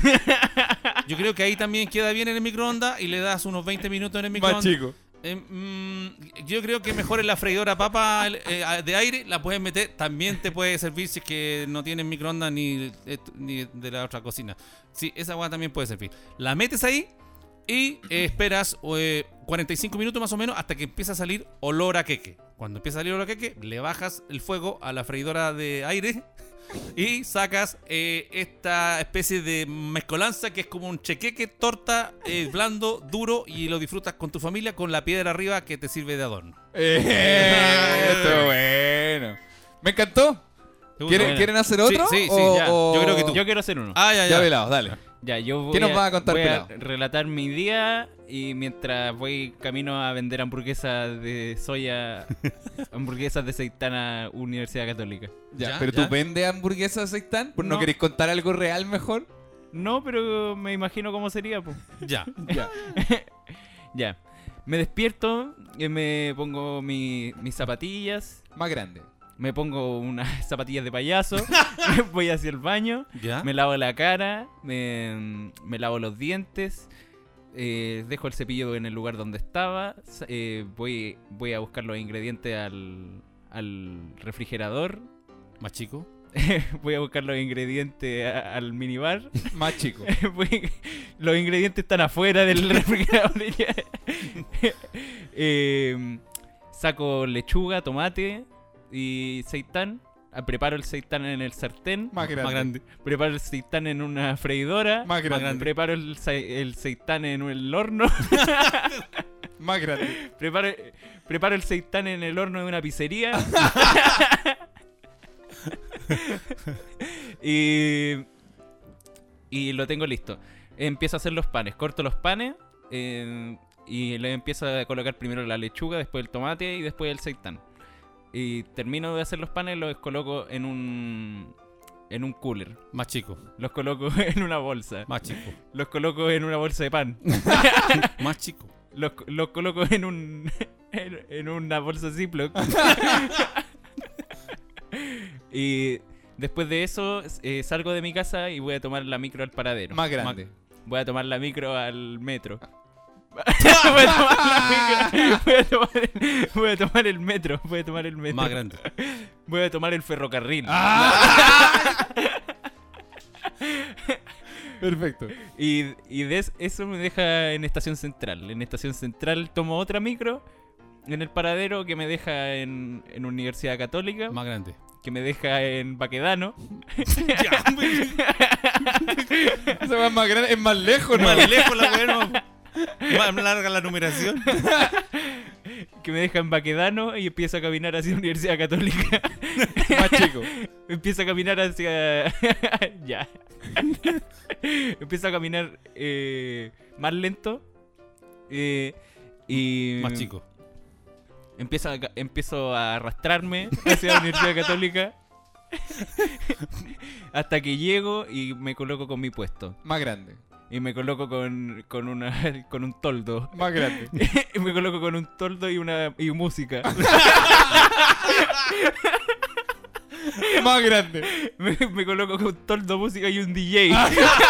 Yo creo que ahí también queda bien en el microondas y le das unos veinte minutos en el
Más
microondas.
chico.
Eh, mm, yo creo que mejor en la freidora papa eh, de aire la puedes meter. También te puede servir si es que no tienes microondas ni, eh, ni de la otra cocina. Sí, esa agua también puede servir. La metes ahí y eh, esperas eh, cuarenta y cinco minutos más o menos hasta que empieza a salir olor a queque. Cuando empieza a salir olor a queque, le bajas el fuego a la freidora de aire y sacas eh, esta especie de mezcolanza que es como un chequeque, torta, eh, blando, duro, y lo disfrutas con tu familia con la piedra arriba que te sirve de adorno.
Eh, esto es bueno. Me encantó.
¿Te gustó?
¿Quieren,
Bueno.
¿Quieren hacer otro?
Sí, sí, sí,
O-
ya.
o-
Yo creo que tú.
Yo quiero hacer uno.
Ah, ya,
Ya
ya.
velados, dale.
Ya, yo voy
¿Qué nos va a contar,
voy
pelado?
relatar mi día y mientras voy camino a vender hamburguesas de soya, hamburguesas de seitana Universidad Católica.
Ya,
Ya,
pero
ya.
tú vendes hamburguesas seitán, ¿pues no
No.
queréis contar algo real mejor?
No, pero me imagino cómo sería, pues.
Ya.
Ya.
Ya. Me despierto, eh, me pongo mi- mis zapatillas,
Más grande.
me pongo unas zapatillas de payaso, voy hacia el baño,
¿Ya?
me lavo la cara, me, me lavo los dientes, eh, dejo el cepillo en el lugar donde estaba, sa- eh, voy, voy a buscar los ingredientes al, al refrigerador,
Más chico.
voy a buscar los ingredientes a- al minibar.
Más chico.
Voy- los ingredientes están afuera del refrigerador. ya. Eh, saco lechuga, tomate y seitán. Ah, preparo el seitán en el sartén.
Más grande.
Más grande.
Preparo el seitán en una freidora.
Más grande.
Preparo el, se- el seitán en el horno.
Más grande.
preparo, preparo el seitán en el horno de una pizzería. y, y lo tengo listo. Empiezo a hacer los panes. Corto los panes eh, y le empiezo a colocar primero la lechuga, después el tomate y después el seitán. Y termino de hacer los panes, los coloco en un en un cooler.
Más chico.
Los coloco en una bolsa.
Más chico.
Los coloco en una bolsa de pan.
Más chico.
Los, los coloco en un en, en una bolsa Ziploc. Y después de eso eh, salgo de mi casa y voy a tomar la micro al paradero.
Más grande.
Voy a tomar la micro al metro. voy a tomar la micro. Voy a tomar, el, voy a tomar el metro. Voy a tomar el metro.
Más grande.
Voy a tomar el ferrocarril.
Perfecto.
Y, y de es- eso me deja en Estación Central. En Estación Central tomo otra micro en el paradero que me deja en, en Universidad Católica,
Más grande.
que me deja en Baquedano.
Esa weá es más grande, es más lejos, ¿no?
Más lejos la weá, no. Más larga la numeración.
que me deja en Baquedano y empiezo a caminar hacia Universidad Católica.
Más chico.
Empiezo a caminar hacia... ya. Empiezo a caminar eh, más lento. eh, y...
Más chico.
Empiezo a, ca- empiezo a arrastrarme hacia la Universidad Católica. Hasta que llego y me coloco con mi puesto.
Más grande.
Y me coloco con, con, una, con un toldo.
Más grande.
Y me coloco con un toldo y una y música.
Más grande.
Me, me coloco con un toldo, música y un D J.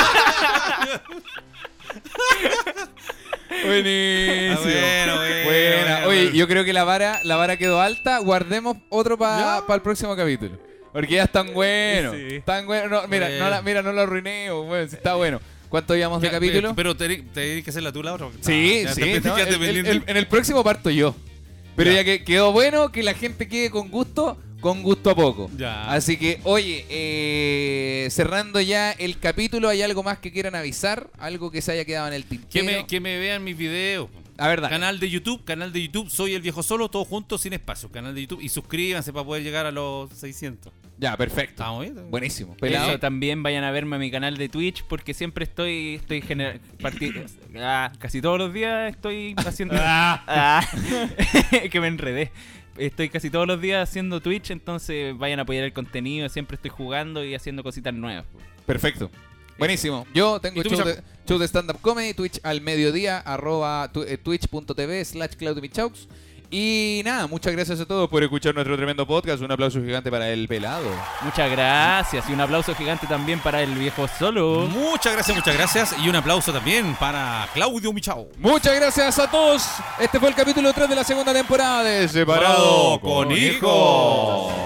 Buenísimo.
Ah, bueno, bueno,
Buena.
bueno,
Oye,
bueno.
yo creo que la vara, la vara quedó alta. Guardemos otro para el próximo capítulo. Porque ya es tan bueno.
Sí.
Tan bueno. No, mira,
Bueno.
no la, mira, no lo arruiné. Bueno, si está bueno. ¿Cuánto llevamos de
Ya,
capítulo?
Pero te tienes que hacerla tú la otra.
Sí,
Ah, ya
sí.
te-
no,
ya te
el- el-
pendiente.
el- en el próximo parto yo. Pero ya,
Ya.
que quedó bueno, que la gente quede con gusto, con gusto a poco.
Ya.
Así que, oye, eh, cerrando ya el capítulo, ¿hay algo más que quieran avisar? ¿Algo que se haya quedado en el
Que
tintero?
me, que me vean mis videos.
A ver, dale.
Canal de YouTube, canal de YouTube, soy el viejo solo, todos juntos sin espacio. Canal de YouTube y suscríbanse para poder llegar a los seiscientos.
Ya, perfecto.
¿Estamos bien?
Buenísimo. Pelado.
Eso, también vayan a verme a mi canal de Twitch porque siempre estoy estoy genera- parti- ah, casi todos los días estoy haciendo Ah, que me enredé. Estoy casi todos los días haciendo Twitch, entonces vayan a apoyar el contenido, siempre estoy jugando y haciendo cositas nuevas.
Perfecto. Buenísimo. Yo tengo
¿Y tú,
show
Michau?
de, show de stand-up comedy, Twitch al mediodía, arroba tu- eh, twitch.tv slash Claudio Michaux. Y nada, muchas gracias a todos por escuchar nuestro tremendo podcast. Un aplauso gigante para el pelado.
Muchas gracias y un aplauso gigante también para el viejo solo.
Muchas gracias, muchas gracias. Y un aplauso también para Claudio Michao.
Muchas gracias a todos. Este fue el capítulo tres de la segunda temporada de Separado
con hijos.